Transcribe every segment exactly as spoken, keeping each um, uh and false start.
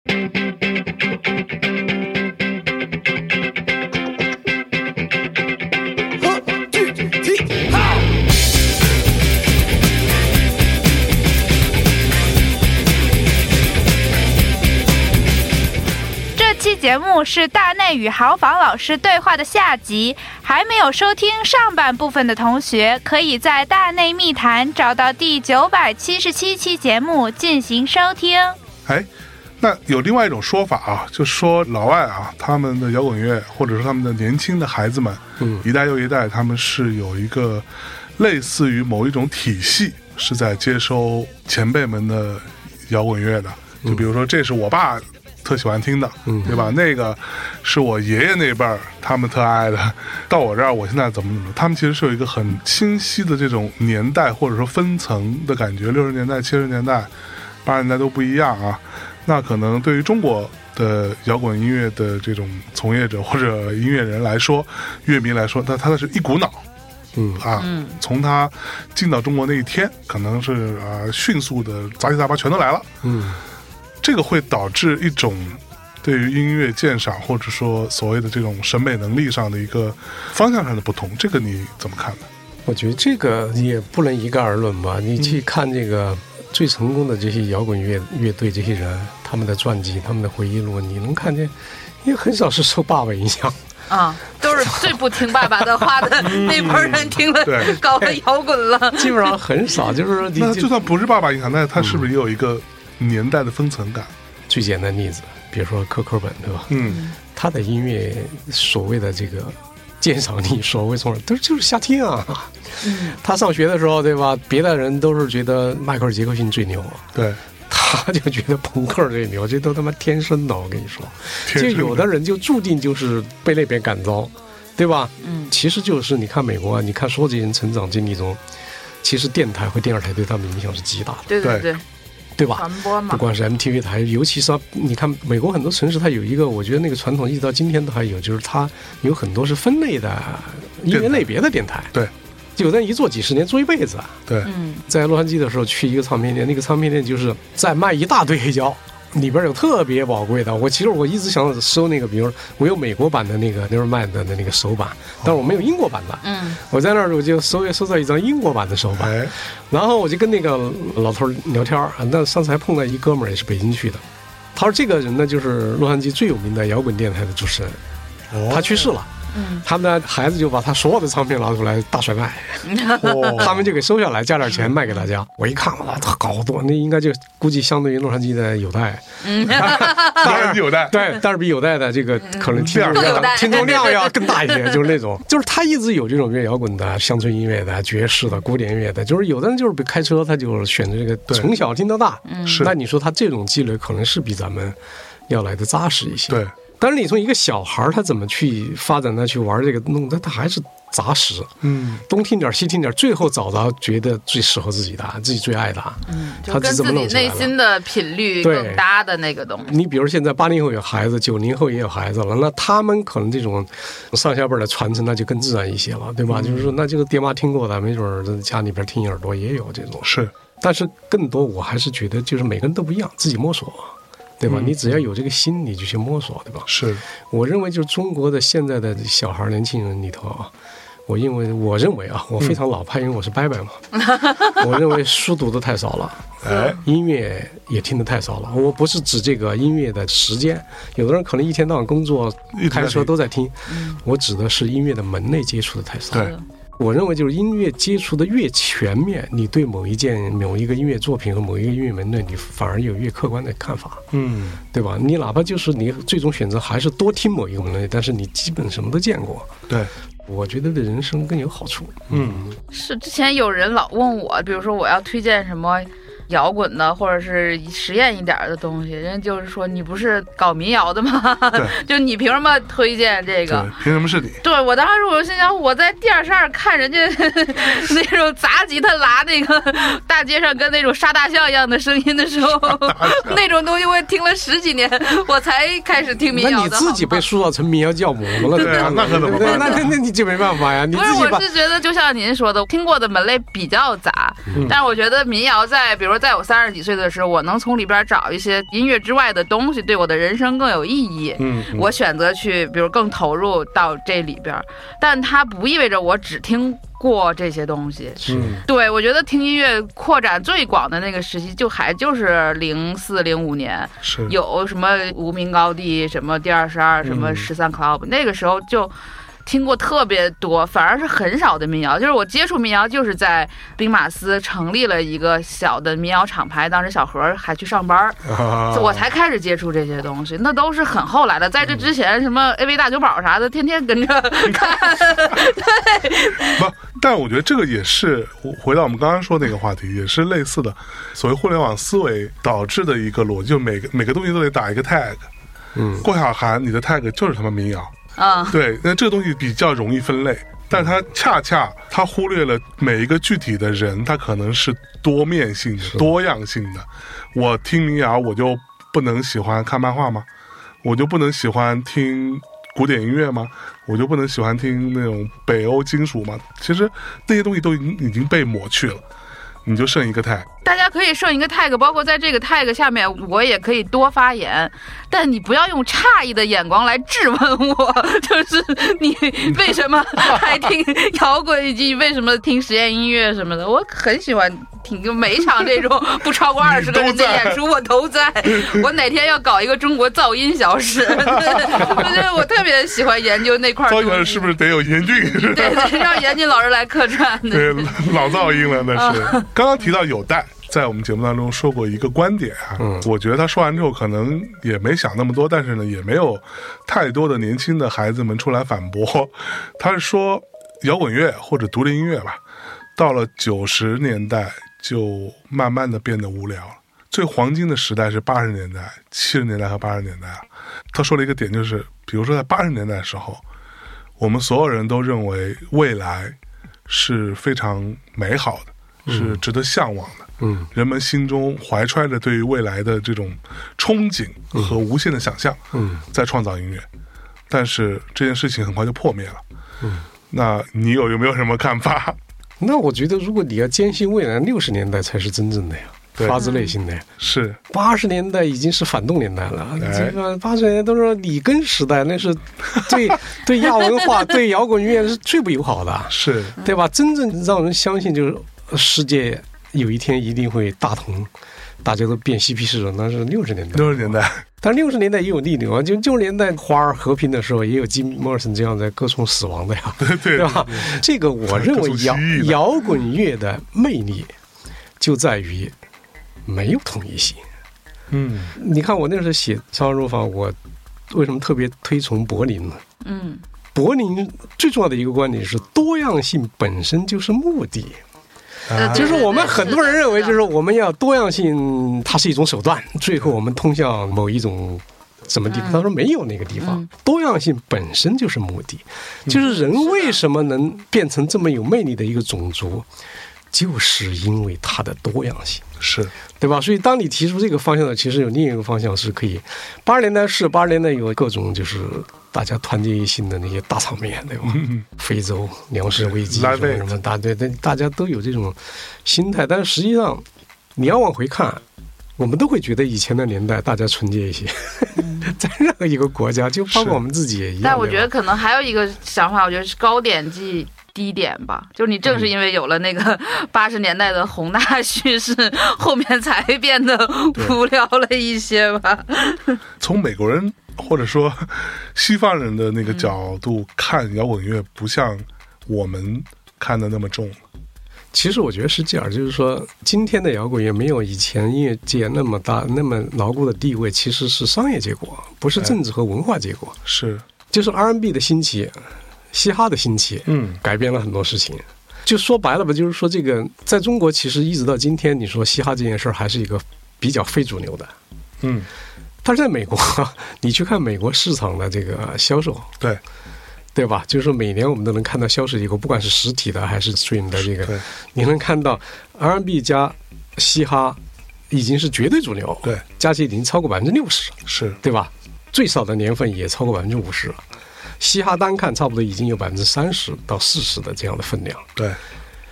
节目是大内与豪仿老师对话的下集，还没有收听上半部分的同学，可以在大内密谈找到第九百七十七期节目进行收听。 哎，那有另外一种说法啊，就是说老外啊，他们的摇滚乐或者说他们的年轻的孩子们，嗯，一代又一代，他们是有一个类似于某一种体系，是在接收前辈们的摇滚乐的。就比如说，这是我爸特喜欢听的，嗯，对吧？那个是我爷爷那辈儿他们特爱的，到我这儿我现在怎么怎么，他们其实是有一个很清晰的这种年代或者说分层的感觉，六十年代、七十年代、八十年代都不一样啊。那可能对于中国的摇滚音乐的这种从业者或者音乐人来说，乐迷来说，他他的是一股脑。嗯啊，从他进到中国那一天，可能是啊迅速的杂七杂八全都来了。嗯。这个会导致一种对于音乐鉴赏或者说所谓的这种审美能力上的一个方向上的不同，这个你怎么看呢？ 我觉得这个也不能一概而论吧。你去看这个最成功的这些摇滚乐乐队，这些人他们的传记、他们的回忆录，你能看见，也很少是受爸爸影响。 啊，都是最不听爸爸的话的那帮人听了搞了摇滚了， 基本上很少。就是说你， 那就算不是爸爸影响，那他是不是也有一个年代的分层感？ 最简单的例子，比如说可可本，对吧？嗯，他的音乐所谓的这个鉴赏力，所谓从都就是瞎听啊。嗯，他上学的时候，对吧？别的人都是觉得迈克尔·杰克逊最牛， 对， 他就觉得朋克最牛，这都他妈天生的，我跟你说。就有的人就注定就是被那边感召，对吧？嗯，其实就是你看美国啊，你看所有这些人成长经历中，其实电台和电视台对他们影响是极大的。 对对对。 对吧？ 传播嘛， 不管是 M T V 台，尤其是你看美国很多城市，它有一个，我觉得那个传统一直到今天都还有，就是它有很多是分类的音乐类别的电台。 对， 有的人一做几十年，做一辈子。 对， 嗯， 在洛杉矶的时候去一个唱片店，那个唱片店就是在卖一大堆黑胶。里边有特别宝贵的，我其实我一直想收那个，比如我有美国版的那个 Nevermind 的那个手版，但是我没有英国版的。嗯，我在那儿我就收收到一张英国版的手版，哎、然后我就跟那个老头聊天啊。那上次还碰到一哥们儿，也是北京去的，他说这个人呢就是洛杉矶最有名的摇滚电台的主持人，哦、他去世了。嗯，他们的孩子就把他所有的唱片拿出来大甩卖，哦、他们就给收下来，加点钱卖给大家。我一看，哇，好多，那应该就估计相对于洛杉矶的有带， 嗯， 当然有带， 对，但是比有带的这个可能听众量、嗯、听众量要更大一些，就是那种，就是他一直有这种乐摇滚的、乡村音乐的、爵士的、古典乐的，就是有的人就是开车，他就选择这个从小听到大，是，那你说他这种积累可能是比咱们要来的扎实一些， 对。 但是你从一个小孩他怎么去发展他去玩这个弄，他他还是杂食，嗯，东听点西听点，最后找到觉得最适合自己的、自己最爱的， 嗯，就跟自己内心的频率更搭的那个东西。 你比如现在八零后有孩子，九零后也有孩子了，那他们可能这种上下辈的传承那就更自然一些了，对吧？嗯、就是说，那这个爹妈听过的，没准家里边听耳朵也有这种是， 但是更多我还是觉得就是每个人都不一样，自己摸索。对吧？你只要有这个心，你就去摸索，对吧？ 是， 我认为就是中国的现在的小孩、年轻人里头啊，我因为我认为啊，我非常老派，因为我是伯伯嘛。我认为书读的太少了，哎，音乐也听得太少了。我不是指这个音乐的时间，有的人可能一天到晚工作、开车都在听，我指的是音乐的门类接触的太少。 对。 我认为就是音乐接触的越全面，你对某一件某一个音乐作品和某一个音乐门类，你反而有越客观的看法，嗯，对吧？你哪怕就是你最终选择还是多听某一个门类，但是你基本什么都见过， 对， 我觉得对人生更有好处。 嗯，是之前有人老问我，比如说我要推荐什么摇滚的或者是实验一点的东西，人家就是说你不是搞民谣的吗？就你凭什么推荐这个？ 凭什么是你？ 对，我当时我心想，我在电视上看人家那种砸吉他拉那个大街上跟那种杀大象一样的声音的时候，那种东西我听了十几年，我才开始听民谣的。 那你自己被塑造成民谣教母了？ 对啊，那可怎么办？ 那那你就没办法呀。你自己不是，我是觉得就像您说的，听过的门类比较杂，嗯、但是我觉得民谣在比如说在我三十几岁的时候，我能从里边找一些音乐之外的东西，对我的人生更有意义， 嗯，嗯我选择去比如更投入到这里边，但它不意味着我只听过这些东西。 嗯， 对，我觉得听音乐扩展最广的那个时期，就还就是零四零五年， 是有什么无名高地，什么第二十二，什么十三 club，、嗯、那个时候就听过特别多，反而是很少的民谣。就是我接触民谣，就是在兵马司成立了一个小的民谣厂牌，当时小何还去上班，啊、我才开始接触这些东西。那都是很后来的，在这之前，什么 A V 大酒保啥的，天天跟着看。对， 不，但我觉得这个也是回到我们刚刚说那个话题，也是类似的，所谓互联网思维导致的一个逻辑，就每个每个东西都得打一个 tag。嗯，郭晓涵，你的 tag 就是他妈民谣。 嗯， 对，那这个东西比较容易分类，但它恰恰它忽略了每一个具体的人，他可能是多面性的、多样性的。我听民谣，我就不能喜欢看漫画吗？我就不能喜欢听古典音乐吗？我就不能喜欢听那种北欧金属吗？其实那些东西都已经已经被抹去了。你就剩一个 tag， 大家可以剩一个 tag， 包括在这个 tag 下面，我也可以多发言，但你不要用诧异的眼光来质问我，就是你为什么还听摇滚，以及为什么听实验音乐什么的。我很喜欢听每一场这种不超过二十个人的演出，我都在。我哪天要搞一个中国噪音小史，我觉得我特别喜欢研究那块儿。 噪音是不是得有严峻？ 对对，让严峻老师来客串。 对，老噪音了那是。啊刚刚提到有代在我们节目当中说过一个观点啊，嗯，我觉得他说完之后可能也没想那么多，但是呢也没有太多的年轻的孩子们出来反驳。他是说摇滚乐或者独立音乐吧，到了九十年代就慢慢的变得无聊了。最黄金的时代是八十年代、七十年代和八十年代。他说了一个点，就是比如说在八十年代的时候，我们所有人都认为未来是非常美好的。是值得向往的，嗯，人们心中怀揣着对于未来的这种憧憬和无限的想象，嗯，在创造音乐，但是这件事情很快就破灭了，嗯，那你有有没有什么看法？ 那我觉得，如果你要坚信未来，六十年代才是真正的呀，发自内心的呀。 是八十年代已经是反动年代了，哎、这个八十年代都是里根时代，那是对对亚文化、对摇滚乐是最不友好的， 是对吧？真正让人相信就是世界有一天一定会大同，大家都变嬉皮士了，那是六十年代。 六十年代， 但六十年代也有逆流啊，就六十年代花儿和平的时候，也有吉米·莫尔森这样的歌颂死亡的呀， 对对对吧？这个我认为摇摇滚乐的魅力就在于没有统一性。嗯，你看我那时候写《超人入坊》，我为什么特别推崇柏林呢？嗯，柏林最重要的一个观点是多样性本身就是目的。啊、就是我们很多人认为，就是我们要多样性，它是一种手段，最后我们通向某一种什么地方？他说没有那个地方，多样性本身就是目的。就是人为什么能变成这么有魅力的一个种族，就是因为它的多样性， 是对吧？所以当你提出这个方向的，其实有另一个方向是可以。八十年代是八十年代有各种就是大家团结一心的那些大场面，对吧？嗯、非洲粮食危机什么什么，大对对，大家都有这种心态。但是实际上，你要往回看，我们都会觉得以前的年代大家纯洁一些，嗯、在任何一个国家，就包括我们自己也一样。 但我觉得可能还有一个想法，我觉得是高点即低点吧，就是你正是因为有了那个八十年代的宏大叙事，后面才变得无聊了一些吧。 从美国人或者说西方人的那个角度看摇滚乐，不像我们看的那么重。 其实我觉得是这样，就是说今天的摇滚乐没有以前音乐界那么大那么牢固的地位，其实是商业结果，不是政治和文化结果。哎、 是就是 R and B 的兴起，嘻哈的兴起，嗯，改变了很多事情。就说白了吧，就是说这个在中国其实一直到今天，你说嘻哈这件事儿还是一个比较非主流的，嗯。但是在美国，你去看美国市场的这个销售， 对对吧？就是说每年我们都能看到销售结果，不管是实体的还是 stream 的这个，你能看到 R and B 加嘻哈已经是绝对主流， 对， 加起来已经超过百分之六十， 是对吧？最少的年份也超过百分之五十了。嘻哈单看差不多已经有百分之三十到四十的这样的分量， 对。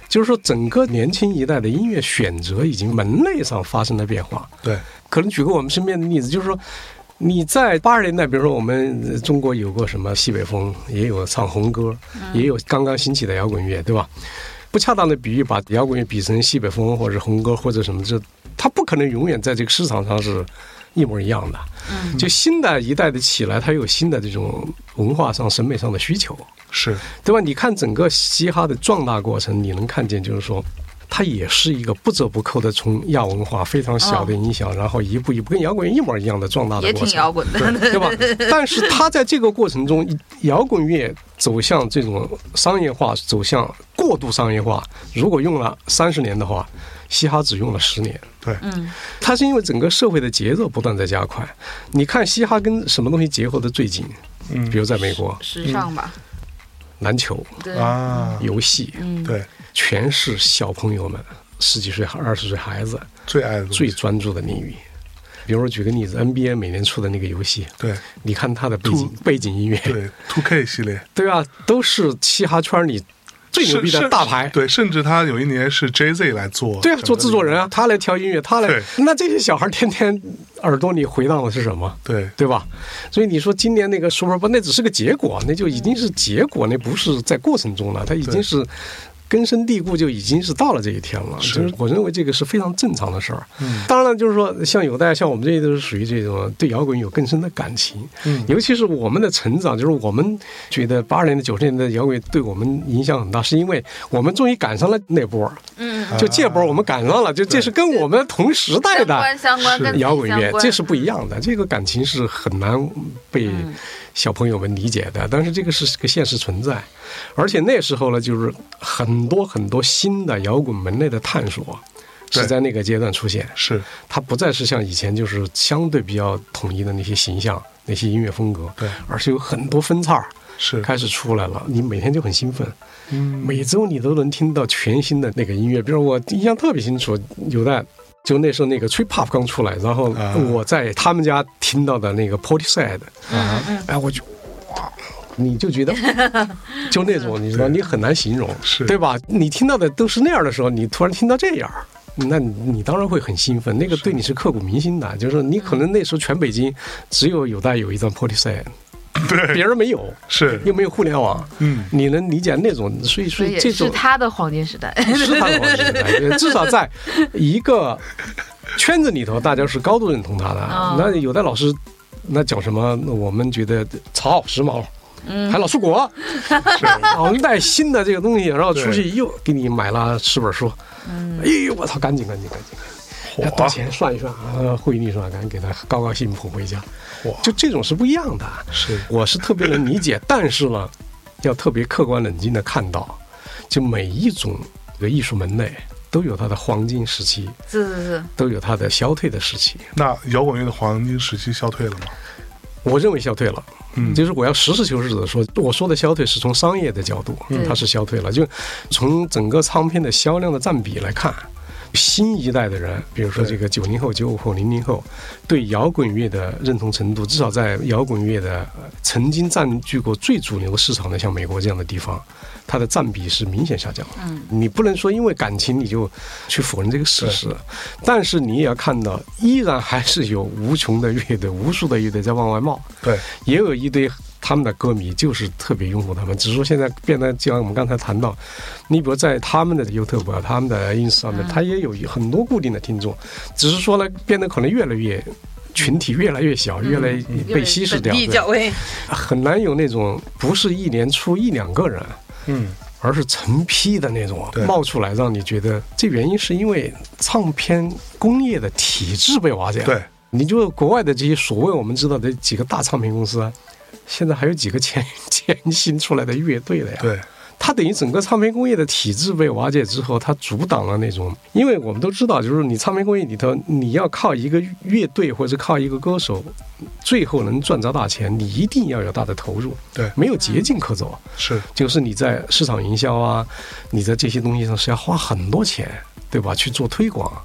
就是说整个年轻一代的音乐选择已经门类上发生了变化。 对， 可能举个我们身边的例子，就是说你在八十年代，比如说我们中国有过什么西北风，也有唱红歌，也有刚刚兴起的摇滚乐，对吧？不恰当的比喻把摇滚乐比成西北风或者红歌或者什么，这它不可能永远在这个市场上是一模一样的。嗯，就新的一代的起来，它有新的这种文化上、审美上的需求， 是对吧？你看整个嘻哈的壮大过程，你能看见就是说，它也是一个不折不扣的从亚文化非常小的影响，哦、然后一步一步跟摇滚乐一模一样的壮大的过程， 也挺摇滚的， 对, 对吧？但是它在这个过程中，摇滚乐走向这种商业化，走向过度商业化，如果用了三十年的话，嘻哈只用了十年。 对， 嗯， 它是因为整个社会的节奏不断在加快。你看嘻哈跟什么东西结合的最近？嗯，比如在美国， 时尚吧， 嗯、篮球啊， 游戏， 嗯， 对， 全是小朋友们十几岁、二十岁孩子最爱的、 最专注的领域。比如说举个例子 ，N B A 每年出的那个游戏， 对， 你看它的背景背景音乐， 对 two K 系列， 对啊，都是嘻哈圈里最牛逼的大牌。 对，甚至他有一年是 J Z 来做， 对啊，做制作人啊，他来挑音乐，他来。那这些小孩天天耳朵里回荡的是什么？ 对， 对吧？所以你说今年那个 Super Bowl 那只是个结果，那就已经是结果，那不是在过程中了，它已经是。根深蒂固，就已经是到了这一天了。 是就是我认为这个是非常正常的事儿。嗯，当然就是说，像有代像我们这些都是属于这种对摇滚有更深的感情。嗯，尤其是我们的成长，就是我们觉得八十年代、九十年代摇滚对我们影响很大，是因为我们终于赶上了那波。嗯，就这波我们赶上了，就这是跟我们同时代的相关跟摇滚乐，这是不一样的。这个感情是很难被小朋友们理解的，但是这个是个现实存在。而且那时候呢，就是很多很多新的摇滚门类的探索是在那个阶段出现。 是， 它不再是像以前就是相对比较统一的那些形象、那些音乐风格， 对， 而是有很多分叉是开始出来了。你每天就很兴奋，嗯，每周你都能听到全新的那个音乐。比如我印象特别清楚，有的就那时候那个 Trip Hop 刚出来，然后我在他们家听到的那个 Portishead，啊，哎，我就。你就觉得就那种你知道你很难形容， 是对吧？你听到的都是那样的时候，你突然听到这样，那你当然会很兴奋，那个对你是刻骨铭心的。就是你可能那时候全北京只有有代有一张 Portishead， 对， 别人没有， 是又没有互联网，嗯，你能理解那种，所以所以这种是他的黄金时代， 是他的黄金时代，至少在一个圈子里头，大家是高度认同他的。哦、那有的老师那讲什么，我们觉得潮时髦。嗯，还老出国，老能带新的这个东西，然后出去又给你买了十本书，嗯，哎呦我操，赶紧赶紧赶紧，多少钱算一算啊，汇率算，赶紧给他高高兴捧回家，就这种是不一样的。 是， 我是特别能理解，但是呢，要特别客观冷静的看到，就每一种的艺术门类都有它的黄金时期， 是是是， 都有它的消退的时期。 那摇滚乐的黄金时期消退了吗？ 我认为消退了。嗯，就是我要实事求是的说，我说的消退是从商业的角度，它是消退了。就从整个唱片的销量的占比来看，新一代的人，比如说这个九零后、九五后、零零后，对摇滚乐的认同程度，至少在摇滚乐的曾经占据过最主流市场的，像美国这样的地方，它的占比是明显下降。嗯，你不能说因为感情你就去否认这个事实，但是你也要看到，依然还是有无穷的乐队、无数的乐队在往外冒。 对， 也有一堆他们的歌迷就是特别拥护他们，只是说现在变得，就像我们刚才谈到，你比如在他们的 YouTube 啊、他们的 Ins 上面，他也有很多固定的听众，只是说呢，变得可能越来越。群体越来越小，越来越被稀释掉， 对， 很难有那种不是一年出一两个人，嗯，而是成批的那种冒出来，让你觉得这原因是因为唱片工业的体制被瓦解了。 对， 你就国外的这些所谓我们知道的几个大唱片公司啊，现在还有几个前前新出来的乐队了呀。 对。 它等于整个唱片工业的体制被瓦解之后，它阻挡了那种，因为我们都知道，就是你唱片工业里头，你要靠一个乐队或者靠一个歌手，最后能赚着大钱，你一定要有大的投入， 对， 没有捷径可走， 是， 就是你在市场营销啊，你在这些东西上是要花很多钱，对吧？去做推广，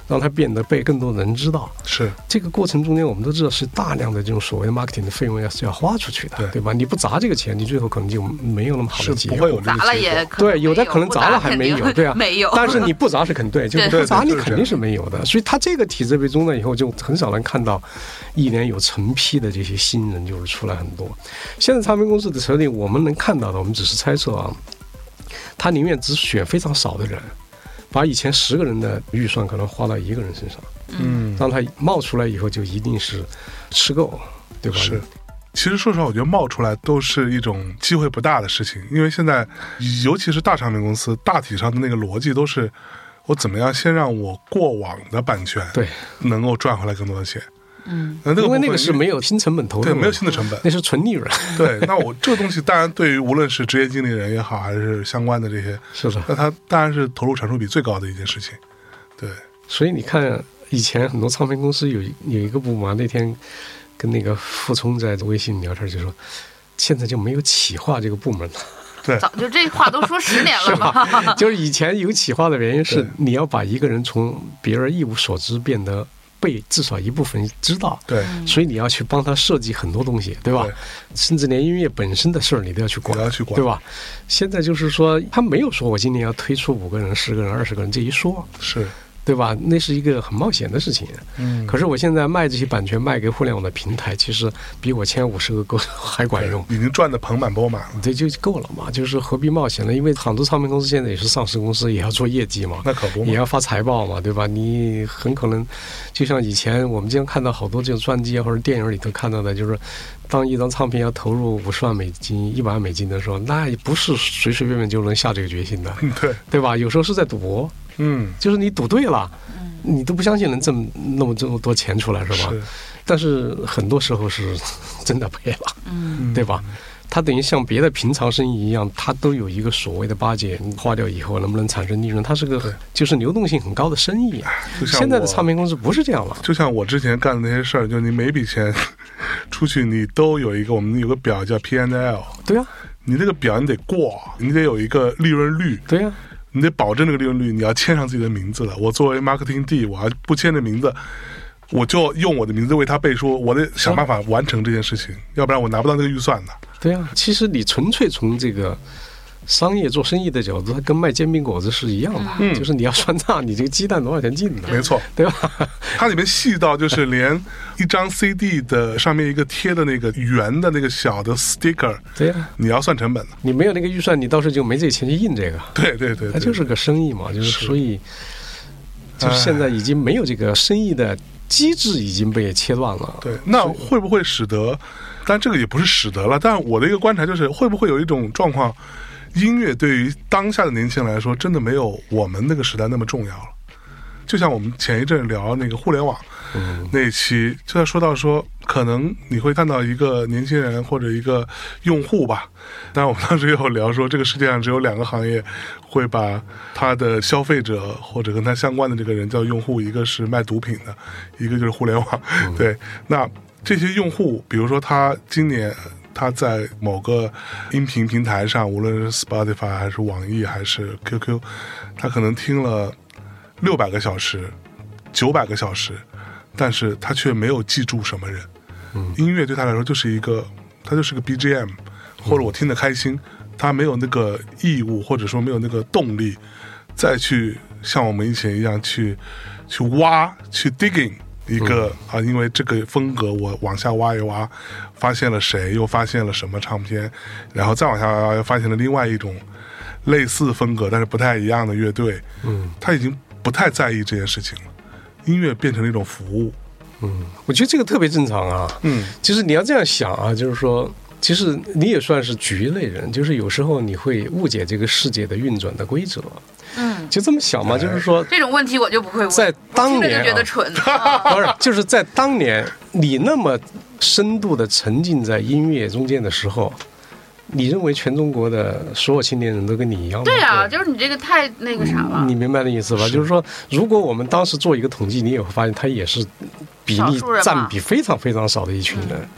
让它变得被更多人知道。 是这个过程中间，我们都知道是大量的这种所谓的 marketing 的费用要是要花出去的， 对, 对吧？你不砸这个钱，你最后可能就没有那么好的结果。 是不会有这个砸了也可能对，有的可能砸了还没有，对啊， 没有。 但是你不砸是肯对，就是不砸你肯定是没有的。所以它这个体制被中断以后，就很少人看到一年有成批的这些新人就是出来很多。现在唱片公司的策略，我们能看到的，我们只是猜测啊，他宁愿只选非常少的人。把以前十个人的预算可能花到一个人身上， 嗯， 让他冒出来以后就一定是吃够，对吧？ 是。其实说实话，我觉得冒出来都是一种机会不大的事情，因为现在尤其是大唱片公司，大体上的那个逻辑都是我怎么样先让我过往的版权对能够赚回来更多的钱。 嗯， 那那个因为那个是没有新成本投入， 对，没有新的成本， 那是纯利润。 对，那我这个东西当然对于无论是职业经理人也好，还是相关的这些， 是的， 那他当然是投入产出比最高的一件事情。对， 所以你看，以前很多唱片公司有有一个部门，那天跟那个傅聪在微信聊天就说，现在就没有企划这个部门了。 对， 早就这话都说十年了吧？ 就是以前有企划的原因是你要把一个人从别人一无所知变得被至少一部分知道， 对， 所以你要去帮他设计很多东西，对吧？对，甚至连音乐本身的事儿你都要去管， 要去管， 对吧？现在就是说，他没有说我今年要推出五个人、十个人、二十个人这一说， 是。 对吧？那是一个很冒险的事情。 嗯， 可是我现在卖这些版权卖给互联网的平台，其实比我签五十个歌还管用， 已经赚得盆满钵满了， 这就够了嘛。就是何必冒险呢？因为很多唱片公司现在也是上市公司，也要做业绩嘛， 那可不嘛， 也要发财报嘛，对吧？你很可能就像以前我们经常看到好多这种传记或者电影里头看到的，就是当一张唱片要投入五十万美金、一百万美金的时候，那也不是随随便便就能下这个决心的， 对对吧？有时候是在赌博。嗯，就是你赌对了，你都不相信能挣那么这么多钱出来，是吧？是，但是很多时候是真的赔了，嗯，对吧？它等于像别的平常生意一样，它都有一个所谓的巴结，花掉以后能不能产生利润，它是个就是流动性很高的生意啊。现在的唱片公司不是这样了。 就像我之前干的那些事儿，就你每笔钱出去，你都有一个我们有个表叫 P and L， 对啊， 你这个表你得过，你得有一个利润率， 对啊。 你得保证这个利润率，你要签上自己的名字了。我作为 marketing D， 我要不签这名字，我就用我的名字为他背书，我得想办法完成这件事情，要不然我拿不到那个预算的。 对啊，其实你纯粹从这个商业做生意的角度，它跟卖煎饼果子是一样的，嗯、就是你要算账，你这个鸡蛋多少钱进的， 没错， 对吧？ 它里面细到就是连一张 C D 的上面一个贴的那个圆的那个小的 sticker， 对呀、啊， 你要算成本的， 你没有那个预算，你到时候就没这个钱去印这个。 对对 对, 对， 它就是个生意嘛，就是所以，就是现在已经没有这个生意的机制已经被切断了。 对，那会不会使得？但这个也不是使得了，但我的一个观察就是，会不会有一种状况？音乐对于当下的年轻人来说，真的没有我们那个时代那么重要了。就像我们前一阵聊那个互联网、嗯、那一期，就在说到说，可能你会看到一个年轻人或者一个用户吧。但我们当时有聊说，这个世界上只有两个行业会把他的消费者或者跟他相关的这个人叫用户，一个是卖毒品的，一个就是互联网。嗯、对，那这些用户，比如说他今年。他在某个音频平台上，无论是 Spotify 还是网易还是 Q Q， 他可能听了六百个小时、九百个小时，但是他却没有记住什么人。嗯，音乐对他来说就是一个，他就是个 B G M， 或者我听得开心，他没有那个义务或者说没有那个动力，再去像我们以前一样去去挖去 digging。一个啊，因为这个风格，我往下挖一挖，发现了谁，又发现了什么唱片，然后再往下挖，又发现了另外一种类似风格但是不太一样的乐队。嗯，他已经不太在意这件事情了，音乐变成了一种服务。 嗯，我觉得这个特别正常啊。嗯，其实你要这样想啊，就是说，其实你也算是局类人，就是有时候你会误解这个世界的运转的规则。嗯，就这么想嘛，就是说这种问题我就不会问， 在当年、啊、 就觉得蠢， 不是，就是在当年你那么深度的沉浸在音乐中间的时候，你认为全中国的所有青年人都跟你一样吗？ 对啊，就是你这个太那个啥了。 你明白的意思吧？是就是说，如果我们当时做一个统计，你也会发现，它也是比例占比非常非常少的一群人。嗯，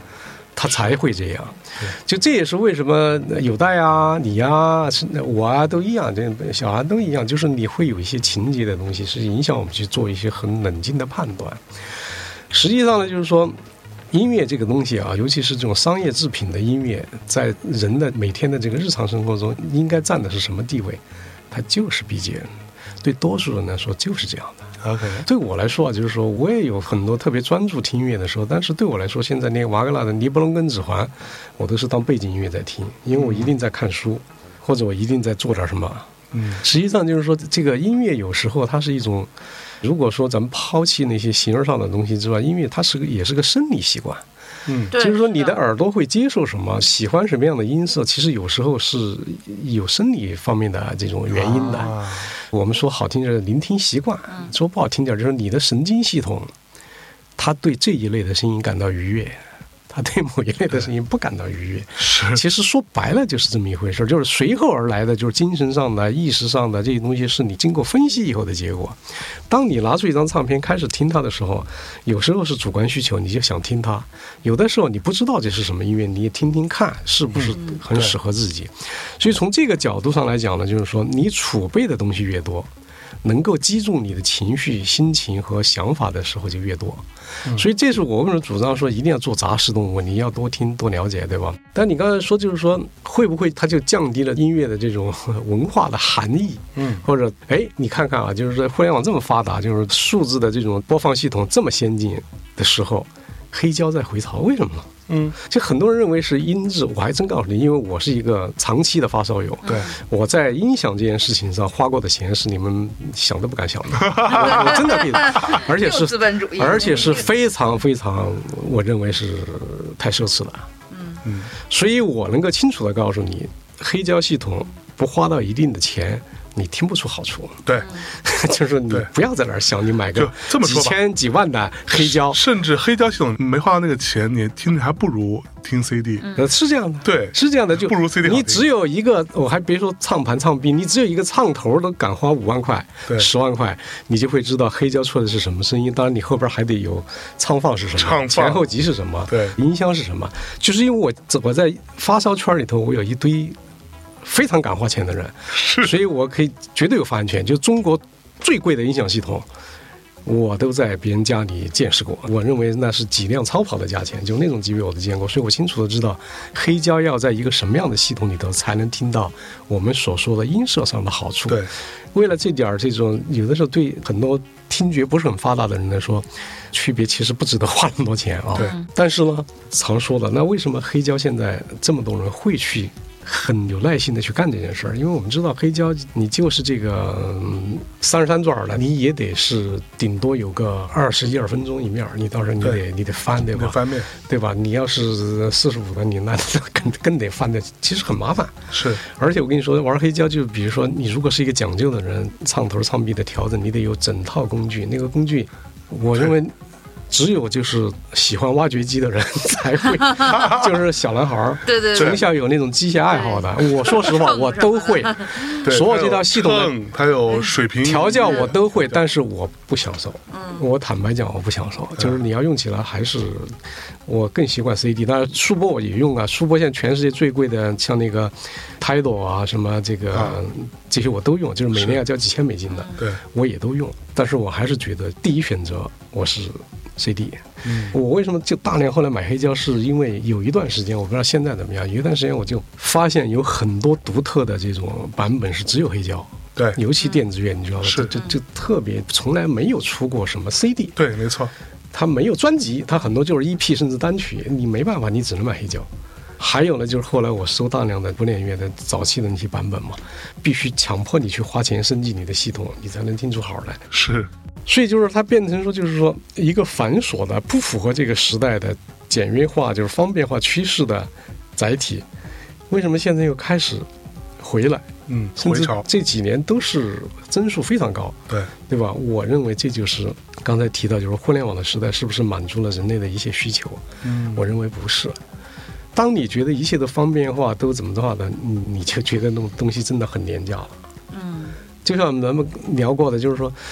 他才会这样。就这也是为什么有代啊、你啊、我啊都一样，这小孩都一样，就是你会有一些情节的东西是影响我们去做一些很冷静的判断。实际上呢，就是说音乐这个东西啊，尤其是这种商业制品的音乐，在人的每天的这个日常生活中应该占的是什么地位？它就是 B G M， 对多数人来说就是这样的。 OK， 对我来说啊，就是说我也有很多特别专注听音乐的时候，但是对我来说，现在那个瓦格纳的《尼伯龙根指环》，我都是当背景音乐在听，因为我一定在看书，或者我一定在做点什么。 嗯， 实际上就是说，这个音乐有时候它是一种，如果说咱们抛弃那些形而上的东西之外，音乐它是个也是个生理习惯。 嗯， 就是说你的耳朵会接受什么，喜欢什么样的音色，其实有时候是有生理方面的这种原因的。 啊、 我们说好听点，聆听习惯；说不好听点，就是你的神经系统，它对这一类的声音感到愉悦。他对某一类的声音不感到愉悦， 是其实说白了就是这么一回事，就是随后而来的，就是精神上的、意识上的这些东西，是你经过分析以后的结果。当你拿出一张唱片开始听它的时候，有时候是主观需求，你就想听它；有的时候你不知道这是什么音乐，你也听听看是不是很适合自己。所以从这个角度上来讲呢，就是说你储备的东西越多，能够击中你的情绪、心情和想法的时候就越多。所以这是我为什么主张说一定要做杂食动物，你要多听多了解，对吧？但你刚才说就是说会不会它就降低了音乐的这种文化的含义？嗯，或者哎，你看看啊，就是说互联网这么发达，就是数字的这种播放系统这么先进的时候，黑胶在回潮，为什么呢？嗯，就很多人认为是音质，我还真告诉你，因为我是一个长期的发烧友，对，我在音响这件事情上花过的钱是你们想都不敢想的，我, 我真的可以，而且是而且是非常非常，我认为是太奢侈了，嗯嗯，所以我能够清楚的告诉你，黑胶系统不花到一定的钱，你听不出好处。 对， 就是你不要在那儿想你买个几千几万的黑胶， 甚至黑胶系统没花到那个钱，你听着还不如听 C D。 呃，是这样的， 对， 是这样的，就不如 C D 好听。 你只有一个，我还别说唱盘唱臂，你只有一个唱头都敢花五万块、十万块，你就会知道黑胶出的是什么声音。当然，你后边还得有唱放是什么，前后级是什么， 对， 音箱是什么。就是因为我我在发烧圈里头，我有一堆非常敢花钱的人，所以我可以绝对有发言权。就中国最贵的音响系统，我都在别人家里见识过，我认为那是几辆超跑的价钱，就那种级别我都见过，所以我清楚的知道黑胶要在一个什么样的系统里头才能听到我们所说的音色上的好处。 对， 为了这点这种有的时候对很多听觉不是很发达的人来说，区别其实不值得花那么多钱啊。 对，但是呢， 常说的，那为什么黑胶现在这么多人会去很有耐心的去干这件事儿？因为我们知道黑胶，你就是这个三十三转的，你也得是顶多有个二十一二分钟一面，你到时候你得你得翻，对吧？ 翻面， 对吧？你要是四十五个，你那更更得翻的，其实很麻烦。 是， 而且我跟你说，玩黑胶就比如说，你如果是一个讲究的人，唱头唱臂的调整，你得有整套工具，那个工具，我认为。只有就是喜欢挖掘机的人才会，就是小男孩儿， 对对， 从小有那种机械爱好的。我说实话，我都会，所有这套系统的， 它有水平调教我都会，但是我不享受。我坦白讲，我不享受。就是你要用起来，还是我更习惯 C D。当然，数播我也用啊，数播现在全世界最贵的，像那个 Tidal 啊，什么这个、啊、这些我都用，就是每年要交几千美金的， 对， 我也都用。但是我还是觉得第一选择我是 C D。嗯，我为什么就大量后来买黑胶，是因为有一段时间，我不知道现在怎么样，有一段时间我就发现有很多独特的这种版本是只有黑胶。 对， 尤其电子乐，你知道吗？ 是， 就就特别从来没有出过什么 C D。 对，没错。 它没有专辑，它很多就是 E P 甚至单曲，你没办法，你只能买黑胶。还有呢，就是后来我收大量的古典乐的早期的那些版本嘛，必须强迫你去花钱升级你的系统，你才能听出好来。 是， 所以就是它变成说，就是说一个繁琐的、不符合这个时代的简约化、就是方便化趋势的载体。为什么现在又开始回来？ 嗯， 甚至这几年都是增速非常高， 对对吧？我认为这就是刚才提到，就是互联网的时代是不是满足了人类的一些需求？嗯，我认为不是。当你觉得一切的方便化都怎么的话呢，你你就觉得那种东西真的很廉价了。嗯，就像咱们聊过的，就是说，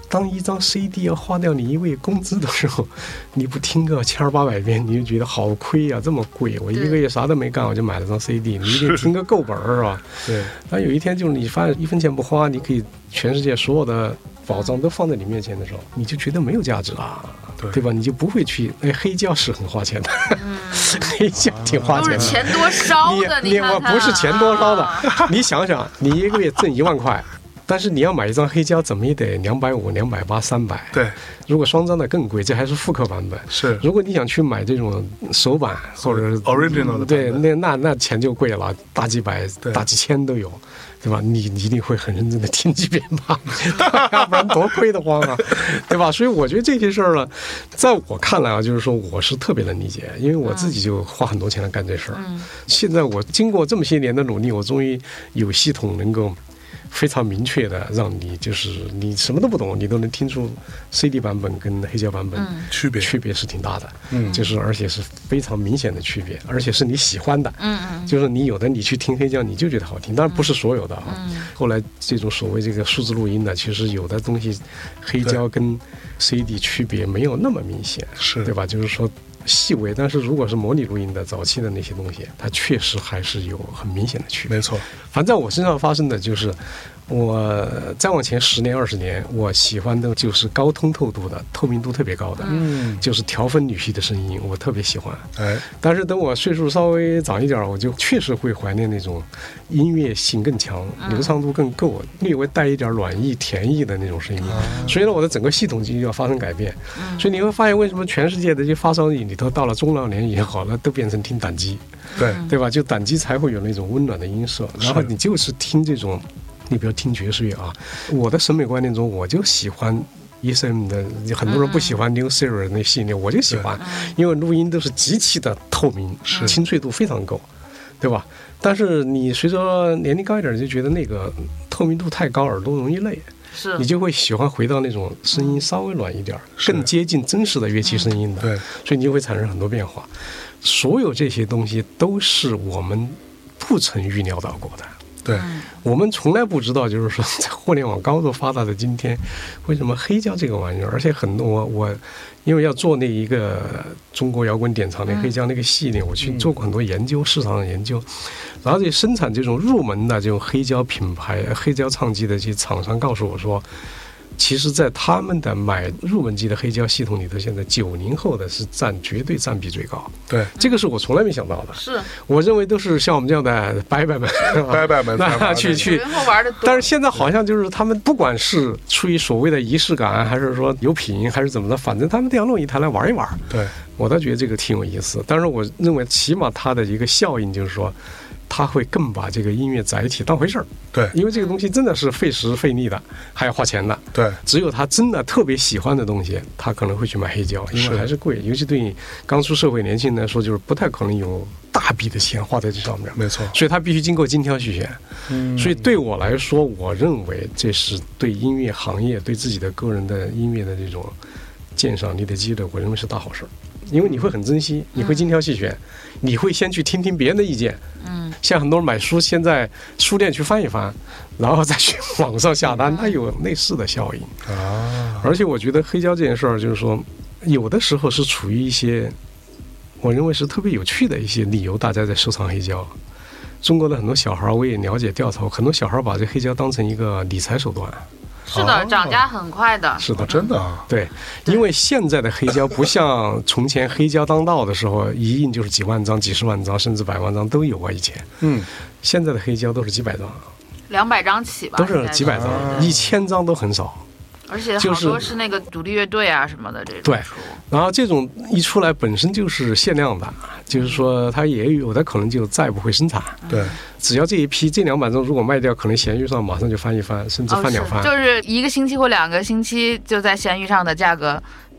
当一张 C D 要花掉你一位工资的时候，你不听个千儿八百遍，你就觉得好亏呀、啊，这么贵，我一个月啥都没干，我就买了张 C D， 你一定听个够本儿啊。 对。 但有一天就是你发现一分钱不花，你可以全世界所有的宝藏都放在你面前的时候，你就觉得没有价值啊。对, 对吧？你就不会去哎，黑胶是很花钱的，嗯、黑胶挺花钱的， 都是钱多烧的。 你你我不是钱多烧的，你想想，你一个月挣一万块，但是你要买一张黑胶，怎么也得两百五、两百八、三百。 对， 如果双张的更贵，这还是复刻版本。 是， 如果你想去买这种手版或者 original 的， 对，那那那钱就贵了，大几百、大几千都有。对吧？你你一定会很认真的听几遍吧，要不然多亏得慌啊，对吧？所以我觉得这些事儿呢，在我看来啊，就是说我是特别能理解，因为我自己就花很多钱来干这事儿。嗯、现在我经过这么些年的努力，我终于有系统能够非常明确的让你就是你什么都不懂，你都能听出 C D 版本跟黑胶版本区别、嗯、 区别是挺大的，嗯，就是而且是非常明显的区别，而且是你喜欢的，嗯嗯，就是你有的你去听黑胶你就觉得好听，当然不是所有的啊，嗯、后来这种所谓这个数字录音的，其实有的东西黑胶跟 C D 区别没有那么明显， 是对吧？就是说细微，但是如果是模拟录音的早期的那些东西，它确实还是有很明显的区别。 没错， 反正在我身上发生的就是，我再往前十年二十年，我喜欢的就是高通透度的、透明度特别高的，嗯，就是条分缕析的声音，我特别喜欢。哎，但是等我岁数稍微长一点，我就确实会怀念那种音乐性更强、流畅度更够、略微带一点软意、甜意的那种声音。嗯、所以呢，我的整个系统就要发生改变。嗯、所以你会发现，为什么全世界的这些发烧友里头，到了中老年也好了，都变成听胆机， 对对吧？就胆机才会有那种温暖的音色，然后你就是听这种。你比如听爵士乐啊，我的审美观念中，我就喜欢 E S M 的，很多人不喜欢 New Series 那系列，我就喜欢，因为录音都是极其的透明，清脆度非常够，对吧？但是你随着年龄高一点，就觉得那个透明度太高，耳朵容易累， 是你就会喜欢回到那种声音稍微软一点，更接近真实的乐器声音的， 对， 所以你就会产生很多变化。所有这些东西都是我们不曾预料到过的。 对， 我们从来不知道，就是说，在互联网高度发达的今天，为什么黑胶这个玩意儿，而且很多我我因为要做那一个中国摇滚典藏那黑胶那个系列，我去做过很多研究，市场的研究，然后这生产这种入门的这种黑胶品牌、黑胶唱机的这些厂商告诉我说。其实，在他们的买入门级的黑胶系统里头，现在九零后的是占绝对占比最高。 对， 这个是我从来没想到的。 是， 我认为都是像我们这样的伯伯们、 伯伯们那去去玩的。 但是现在好像就是他们不管是出于所谓的仪式感，还是说有品，还是怎么的，反正他们都要弄一台来玩一玩。 对， 我倒觉得这个挺有意思。但是我认为，起码它的一个效应就是说。他会更把这个音乐载体当回事儿， 对， 因为这个东西真的是费时费力的，还要花钱的， 对。 只有他真的特别喜欢的东西，他可能会去买黑胶，因为还是贵，尤其对你刚出社会年轻人来说，就是不太可能有大笔的钱花在这上面， 没错。 所以他必须经过精挑细选。嗯，所以对我来说，我认为这是对音乐行业、对自己的个人的音乐的这种鉴赏力的积累，我认为是大好事。因为你会很珍惜，你会精挑细选，嗯、你会先去听听别人的意见。嗯，像很多人买书，先在书店去翻一翻，然后再去网上下单，它有类似的效应啊。而且我觉得黑胶这件事儿，就是说，有的时候是处于一些，我认为是特别有趣的一些理由，大家在收藏黑胶。中国的很多小孩，我也了解调查，很多小孩把这黑胶当成一个理财手段。 是的，涨价很快的。 是的， 真的啊。 对，因为现在的黑胶不像从前黑胶当道的时候，一印就是几万张、几十万张，甚至百万张都有啊。以前，嗯，现在的黑胶都是几百张， 两百张起吧， 都是几百张，一千张都很少。 而且好多是那个独立乐队啊什么的这种。 对，然后这种一出来本身就是限量的，就是说它也有的可能就再不会生产。 对， 只要这一批这两百张如果卖掉，可能闲鱼上马上就翻一番，甚至翻两番。 哦、是就是一个星期或两个星期就在闲鱼上的价格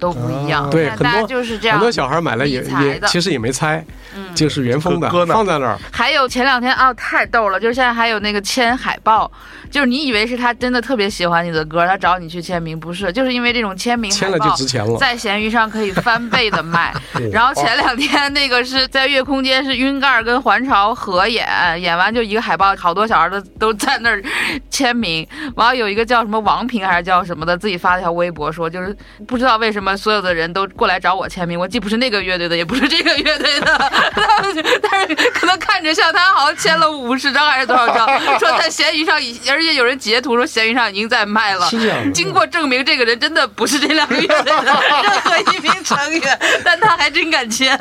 都不一样。 对，很大家多就是这样， 很多小孩买了也也其实也没拆，嗯，就是原封的放在那儿。 还有前两天啊，太逗了，就是现在还有那个签海报，就是你以为是他真的特别喜欢你的歌，他找你去签名，不是，就是因为这种签名海报签了就值钱了， 在闲鱼上可以翻倍的卖。然后前两天那个是在月空间是晕盖跟环潮合演，演完就一个海报，好多小孩都都在那儿签名。完了有一个叫什么王平还是叫什么的，自己发了条微博说，就是不知道为什么所有的人都过来找我签名，我既不是那个乐队的，也不是这个乐队的，但是可能看着像他好像签了五十张还是多少张，说在闲鱼上，而且有人截图说闲鱼上已经在卖了。 是这样， 经过证明，这个人真的不是这两个乐队的任何一名成员，但他还真敢签，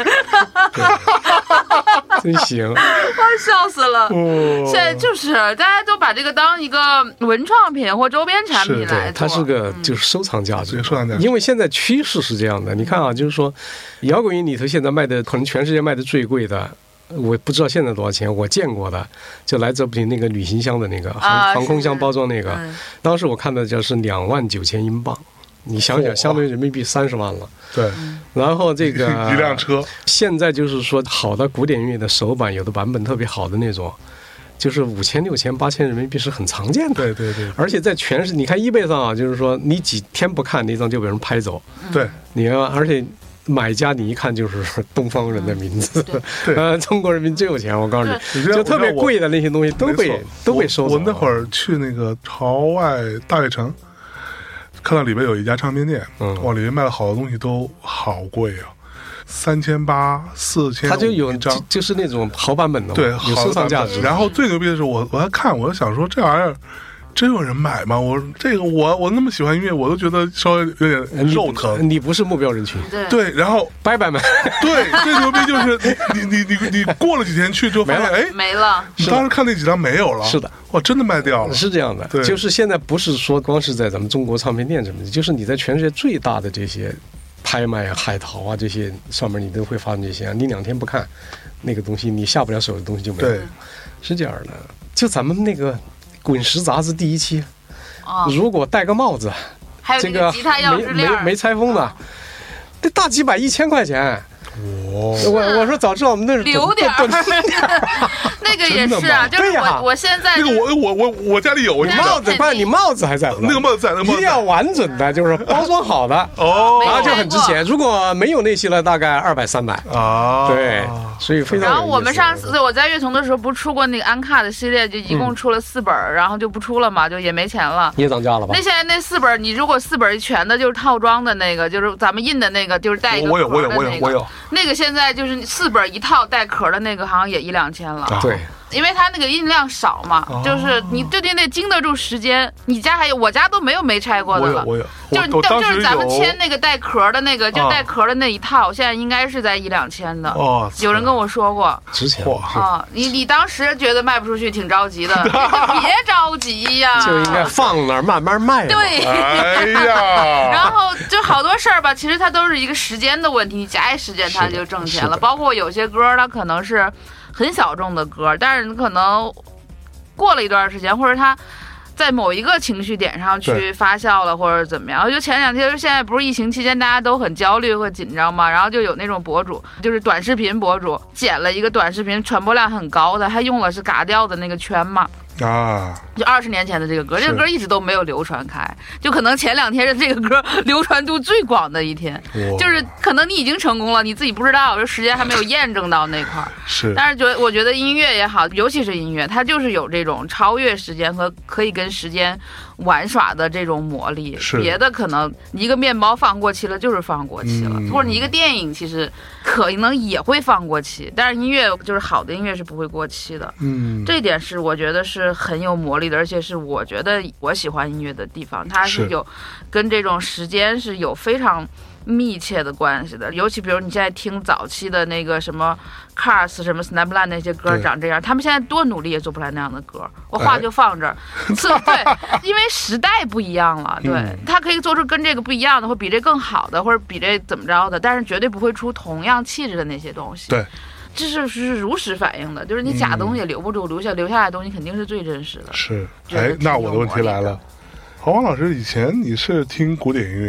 真行， 我笑死了。哦、现在就是大家都把这个当一个文创品或周边产品来做， 它是个就是收藏价值， 嗯、收藏价值。 因为现在趋势是这样的，你看啊，就是说摇滚乐里头现在卖的可能全世界卖的最贵的。我不知道现在多少钱，我见过的就来自那个旅行箱的那个航、啊、航空箱包装那个，嗯、当时我看的就是两万九千英镑，你想想，相当于人民币三十万了。 对， 然后这个一辆车， 现在就是说好的古典乐的手版，有的版本特别好的那种，就是五千、六千、八千人民币是很常见的。 对对对， 而且在全市，你看eBay上啊，就是说你几天不看那张就被人拍走。 对， 你而且。买家你一看就是东方人的名字，嗯、呃，中国人民最有钱，我告诉你，就特别贵的那些东西都被都被收走了。 我那会儿去那个朝外大悦城，看到里边有一家唱片店，嗯，哇，里面卖了好多东西都好贵啊，三千八、四千， 它就有就就是那种好版本的， 对， 有收藏价值。 然后最牛逼的是我，我还看，我就想说这玩意儿。真有人买吗？我这个我我那么喜欢音乐，我都觉得稍微有点肉疼。 你, 你不是目标人群， 对， 对然后拜拜们， 对，最牛逼就是你你你你你过了几天去之后发现，哎， 没了。 你当时看那几张没有了， 是的， 哇，真的卖掉了， 是这样的。 对， 就是现在不是说光是在咱们中国唱片店什么的，就是你在全世界最大的这些拍卖啊、海淘啊这些上面，你都会发现这些。你两天不看那个东西，你下不了手的东西就没有。 对， 是这样的。就咱们那个《滚石》杂志第一期。如果戴个帽子， 还有这个吉他钥匙链没没拆封的，这大几百一千块钱。哦，我我说早知道我们那留点儿，那个也是啊，就是我我现在那个我我我我家里有你帽子，不，你帽子还在不？ 那个帽子在，那个帽子一定要完整的，就是包装好的哦， 然后就很值钱。如果没有那些了，大概二百三百啊，对，所以非常。 然后我们上次我在乐童的时候，不是出过那个安卡的系列，就一共出了四本，然后就不出了嘛，就也没钱了， 也涨价了吧？ 那现在那四本，你如果四本全的，就是套装的那个，就是咱们印的那个，就是带一个我有我有我有我有那个现在就。就是四本一套带壳的那个，好像也一两千了。 对， 因为它那个印量少嘛，哦、就是你对对得经得住时间。你家还有，我家都没有没拆过的了。 我有，我有，就是就是咱们签那个带壳的那个，就带壳的那一套，啊、现在应该是在一两千的。哦，有人跟我说过， 值钱啊！你你当时觉得卖不出去，挺着急的，别着急呀， 就应该放那儿慢慢卖。 对， 哎呀， 然后就好多事儿吧，其实它都是一个时间的问题，你假一时间它就挣钱了。包括有些歌，它可能是很小众的歌，但是你可能过了一段时间，或者它在某一个情绪点上去发酵了，或者怎么样。我就前两天，现在不是疫情期间，大家都很焦虑和紧张嘛，然后就有那种博主，就是短视频博主，剪了一个短视频，传播量很高的，还用了是嘎调的那个圈嘛。啊，就二十年前的这个歌，这个歌一直都没有流传开，就可能前两天是这个歌流传度最广的一天，就是可能你已经成功了，你自己不知道，就时间还没有验证到那块儿。 是， 但是觉我觉得音乐也好，尤其是音乐，它就是有这种超越时间和可以跟时间玩耍的这种魔力。别的可能一个面包放过期了就是放过期了，嗯、或者你一个电影其实可能也会放过期，但是音乐就是好的音乐是不会过期的。嗯，这一点是我觉得是很有魔力的，而且是我觉得我喜欢音乐的地方，它是有跟这种时间是有非常密切的关系的。尤其比如你现在听早期的那个什么 Cars 什么 Snapland 那些歌长这样，他们现在多努力也做不来那样的歌。我话就放这儿，哎、对，因为时代不一样了，对、嗯、他可以做出跟这个不一样的，或比这更好的，或者比这怎么着的，但是绝对不会出同样气质的那些东西。 对。 这是是如实反映的，就是你假东西留不住，嗯、留下留下来的东西肯定是最真实的。 是，哎，那我的问题来了，郝王老师，以前你是听古典音乐，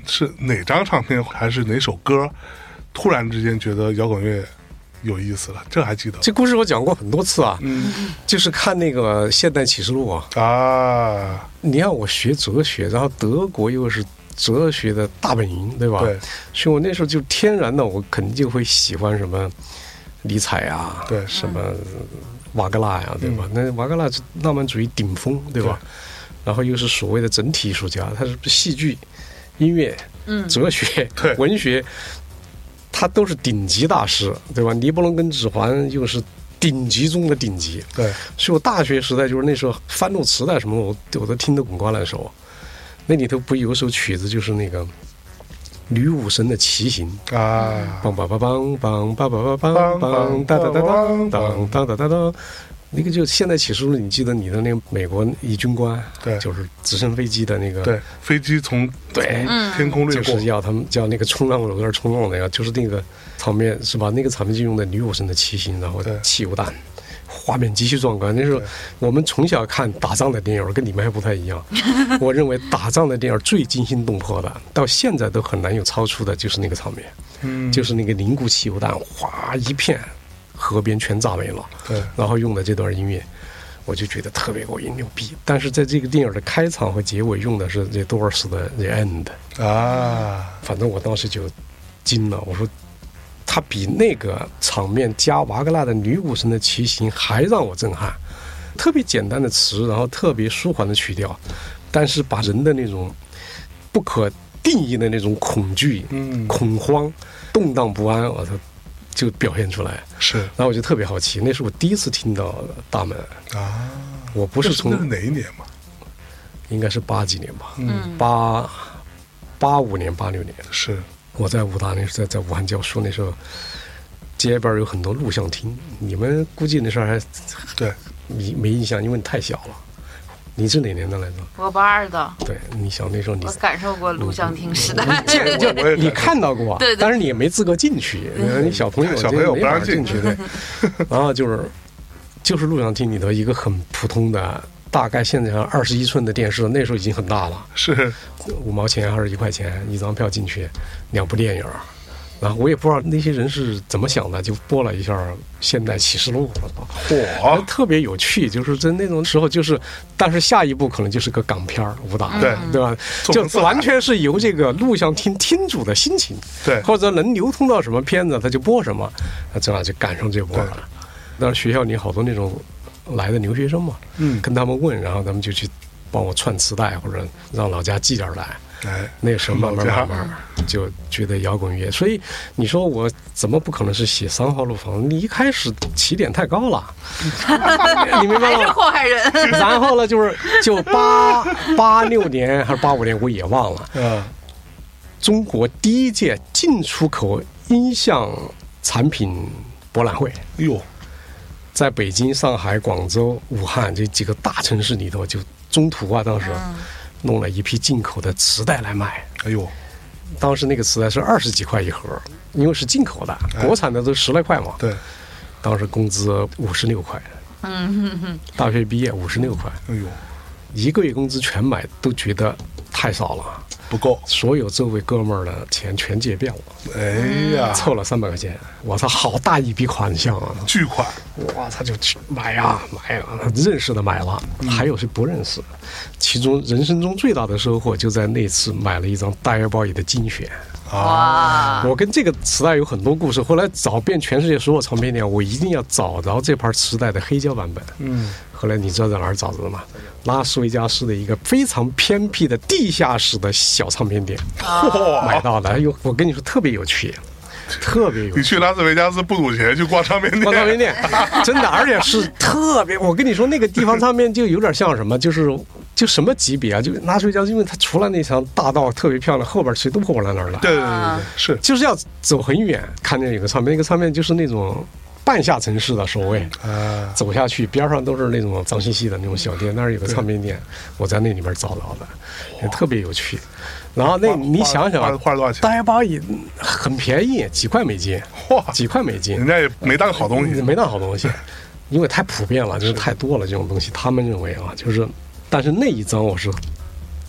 是哪张唱片还是哪首歌，突然之间觉得摇滚乐有意思了？这还记得？ 这故事我讲过很多次啊， 嗯， 就是看那个《现代启示录》啊。 啊， 你看我学哲学，然后德国又是哲学的大本营，对吧？ 对， 所以我那时候就天然的，我肯定就会喜欢什么尼采啊， 对， 什么瓦格纳呀，对吧？嗯、那瓦格纳是浪漫主义顶峰，对吧？对，然后又是所谓的整体艺术家，他是戏剧、音乐、嗯、哲学、文学，他都是顶级大师，对吧？尼伯龙跟指环又是顶级中的顶级， 对。 所以我大学时代就是那时候翻录磁带什么的，我我都听得滚瓜烂熟。那里头不有首曲子就是那个女武神的骑行啊， 梆梆梆梆梆梆梆梆梆梆当当当当当当当当当，那个就现代启示录，你记得你的那个美国一军官， 对， 就是直升飞机的那个， 对，飞机从对天空掠过， 就是要他们叫那个冲浪，有点冲浪那个，就是那个场面是吧？那个场面就用的女武神的骑行，然后汽油弹。画面极其壮观，那时候我们从小看打仗的电影，跟你们还不太一样。我认为打仗的电影最惊心动魄的，到现在都很难有超出的，就是那个场面，嗯，就是那个凝固汽油弹，哗一片，河边全炸没了。 对， 然后用的这段音乐，我就觉得特别过瘾牛逼。但是在这个电影的开场和结尾用的是这 Doors 的 The End 啊， 反正我当时就惊了，我说。他比那个场面加瓦格纳的女武神的骑行还让我震撼，特别简单的词，然后特别舒缓的曲调，但是把人的那种不可定义的那种恐惧、嗯、恐慌、动荡不安，我操，就表现出来。 是， 然后我就特别好奇，那是我第一次听到大门啊， 我不是从那是哪一年嘛？ 应该是八几年吧， 嗯， 八八五年、八六年是。 我在武大那时候在在武汉教书，那时候街边有很多录像厅，你们估计那时候还对没没印象，因为你太小了。你是哪年的来着？ 我八二的。 对，你想那时候你我感受过录像厅时代， 你就你看到过， 对， 但是你也没资格进去，你小朋友小朋友没法进去，对。然后就是就是录像厅里头一个很普通的。大概现在二十一寸的电视，那时候已经很大了， 是五毛钱还是一块钱一张票进去，两部电影，然后我也不知道那些人是怎么想的，就播了一下《现代启示录》， 嚯， 特别有趣，就是在那种时候，就是但是下一步可能就是个港片武打， 对对吧？就完全是由这个录像厅厅主的心情， 对， 或者能流通到什么片子，他就播什么，那正好就赶上这波了。但是学校里好多那种。来的留学生嘛，嗯，跟他们问，然后他们就去帮我串磁带，或者让老家寄点来。 哎， 那时候慢慢慢慢就觉得摇滚乐。所以你说我怎么不可能是写三号路房？你一开始起点太高了，你明白吗？ 还是祸害人。 然后呢，就是就八八六年还是八五年，我也忘了。 嗯， 中国第一届进出口音像产品博览会。 哟。 在北京、上海、广州、武汉这几个大城市里头，就中途啊，当时弄了一批进口的磁带来卖。 哎呦， 当时那个磁带是二十几块一盒，因为是进口的，国产的都十来块嘛。 对， 当时工资五十六块， 嗯哼哼， 大学毕业五十六块。 哎呦， 一个月工资全买都觉得太少了。 不够， 所有周围哥们儿的钱全借遍了。 哎呀， 凑了三百块钱，我操，好大一笔款项啊！ 巨款， 我操，就买啊买啊，认识的买了，还有是不认识的。其中人生中最大的收获就在那次买了一张大摇包里的精选。 哇！ 我跟这个磁带有很多故事，后来找遍全世界所有唱片店，我一定要找着这盘磁带的黑胶版本。嗯。后来你知道在哪儿找着的吗？拉斯维加斯的一个非常偏僻的地下室的小唱片店， 哦、 买到的。哎呦，我跟你说特别有趣，特别有趣。 你去拉斯维加斯不赌钱去逛唱片店？ 逛唱片店，真的，而且是特别。我跟你说，那个地方唱片就有点像什么，就是就什么级别啊？就拉斯维加斯，因为它除了那条大道特别漂亮，后边其实都破破烂烂的。 对对对对，是， 就是要走很远，看见有个唱片，那个唱片就是那种。半下城市的所谓，啊，走下去边上都是那种脏兮兮的那种小店，那儿有个唱片店，我在那里边找到的，也特别有趣。然后那你想想， 花了多少钱？ 大摇包也很便宜，几块美金， 哇， 几块美金， 人家也没当好东西， 没当好东西，因为太普遍了，就是太多了这种东西。他们认为啊，就是，但是那一张我是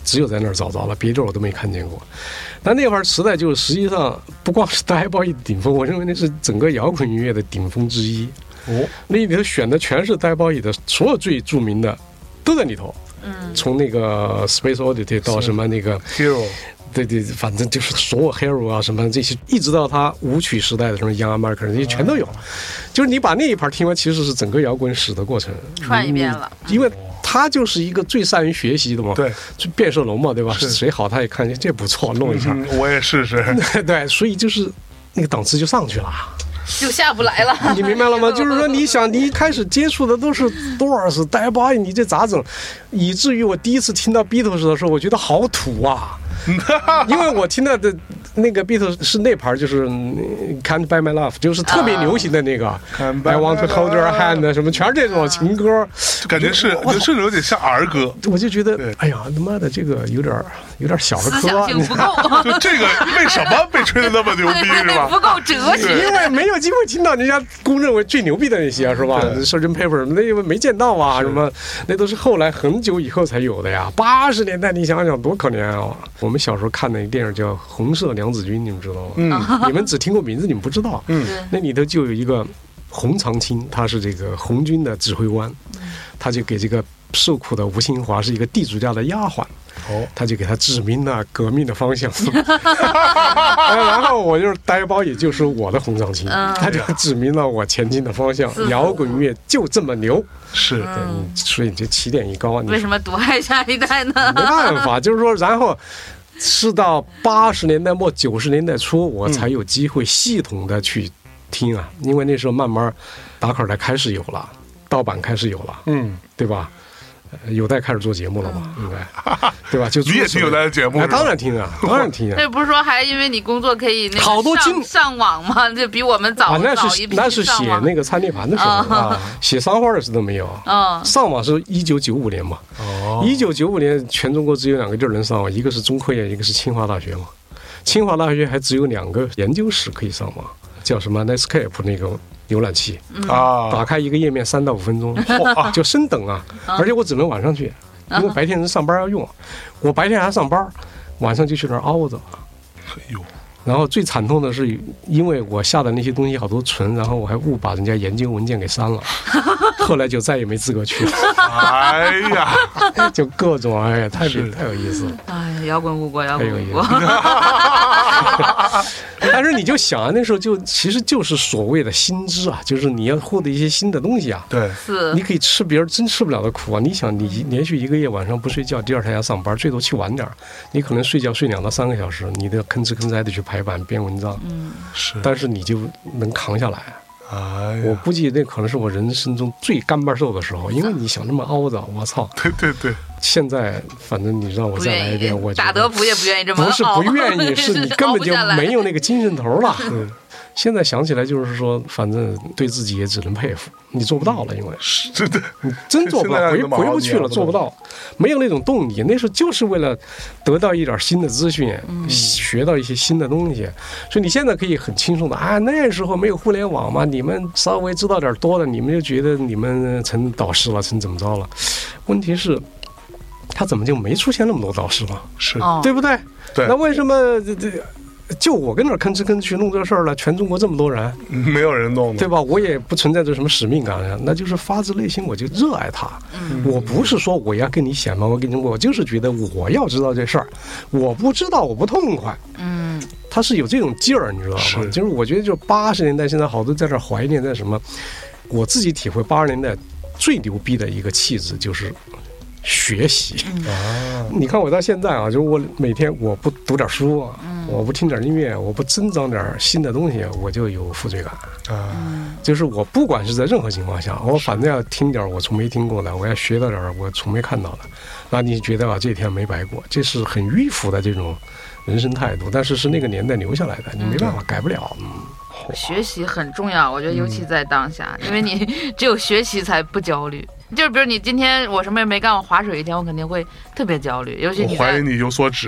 只有在那儿找着了，别地儿我都没看见过。但那会儿时代就是实际上不光是大包一的顶峰，我认为那是整个摇滚音乐的顶峰之一。哦，那里头选的全是大包一的，所有最著名的都在里头。嗯，从那个 Space Oddity 到什么那个 Hero。 对对，反正就是所有 Hero 啊什么这些，一直到他舞曲时代的什么 Young American 这些全都有。就是你把那一盘听完，其实是整个摇滚史的过程， 串一遍了。 因为他就是一个最善于学习的嘛， 对， 就变色龙嘛，对吧？谁好他也看见这不错，弄一下、 嗯，我也试试。 对，所以就是那个档次就上去了。 就下不来了， 你明白了吗？就是说，你想，你一开始接触的都是 Doors、大包，你这咋整？以至于我第一次听到 Beatles 的时候，我觉得好土啊。因为我听到的那个 Beatles 是那盘，就是 Can't Buy My Love， 就是特别流行的那个、uh, I Want to Hold Your Hand 什么，全是这种情歌， 就感觉是甚至有点像儿歌。 我就觉得，哎呀，他妈的，这个有点有点小儿科， 思想性不够。 就这个为什么被吹得那么牛逼是吧？ 不够哲学， 因为没有机会听到人家公认为最牛逼的那些，是吧 ？Sergeant Pepper 那因为没见到啊，什么那都是后来很久以后才有的呀。八十年代你想想多可怜啊！我们小时候看那电影叫《红色娘子军》，你们知道吗？嗯，你们只听过名字，你们不知道。嗯，那里头就有一个洪长青，他是这个红军的指挥官，他就给这个受苦的吴兴华是一个地主家的丫鬟。哦，他就给他指明了革命的方向，然后我就是呆包，也就是我的洪长青，嗯、他就指明了我前进的方向。摇滚乐就这么牛， 是对，所以你这起点一高， 为什么毒害下一代呢？ 没办法，就是说，然后是到八十年代末九十年代初，我才有机会系统的去听啊，嗯、因为那时候慢慢打口袋开始有了，盗版开始有了，嗯，对吧？有待开始做节目了嘛？应该，对吧？就你也听有待的节目、 啊，当然听啊，当然听啊。 那不是说还因为你工作可以那个好多上上网吗？这比我们早、 啊、那是早一批那是写那个餐地盘的时候啊，写商花的时候都没有。啊，上网是一九九五年嘛。哦，一九九五年全中国只有两个地儿能上网，一个是中科院，一个是清华大学嘛。清华大学还只有两个研究室可以上网，叫什么 Netscape 那个。浏览器啊，打开一个页面三到五分钟，就升等啊！而且我只能晚上去，因为白天人上班要用，我白天还上班，晚上就去那儿熬着。 哎呦！ 然后最惨痛的是，因为我下的那些东西好多存，然后我还误把人家研究文件给删了，后来就再也没资格去了。 哎呀， 就各种哎呀，太太有意思了。 哎呀，摇滚无国，摇滚无国。 但是你就想啊，那时候就其实就是所谓的新知啊，就是你要获得一些新的东西啊。 对， 是。 你可以吃别人真吃不了的苦啊！你想，你连续一个月晚上不睡觉，第二天要上班，最多去晚点，你可能睡觉睡两到三个小时，你得吭哧吭哧还得去排版编文章。 嗯， 是。但是你就能扛下来。 哎， 我估计那可能是我人生中最干巴瘦的时候，因为你想那么凹着，我操！ 对对对。 现在反正你让我再来一遍，我打德普也不愿意这么不是不愿意，是你根本就没有那个精神头了。嗯，现在想起来就是说，反正对自己也只能佩服，你做不到了，因为是真的， 你真做不到，回回不去了，做不到，没有那种动力。那时候就是为了得到一点新的资讯，嗯、学到一些新的东西，所以你现在可以很轻松的啊，那时候没有互联网嘛，你们稍微知道点多的，你们就觉得你们成导师了，成怎么着了？问题是。他怎么就没出现那么多导师了？ 是， 对不对？ 对。 那为什么这就我跟那儿吭哧吭哧去弄这事儿了？全中国这么多人， 没有人弄， 对吧？我也不存在着什么使命感，那就是发自内心我就热爱它。嗯、我不是说我要跟你显摆，我跟你我就是觉得我要知道这事儿，我不知道我不痛快。嗯，他是有这种劲儿，你知道吗？是就是我觉得就八十年代，现在好多在这怀念在什么？我自己体会八十年代最牛逼的一个气质就是。学习啊！你看我到现在啊，就是我每天我不读点书，嗯、我不听点音乐，我不增长点新的东西，我就有负罪感啊。就是我不管是在任何情况下，我反正要听点我从没听过的，我要学到点我从没看到的，那你觉得啊，这天没白过，这是很迂腐的这种人生态度，但是是那个年代留下来的，你没办法改不了。嗯学习很重要，我觉得尤其在当下，嗯、因为你只有学习才不焦虑。就是比如你今天我什么也没干，我划水一天，我肯定会特别焦虑。尤其你我怀疑你有所指。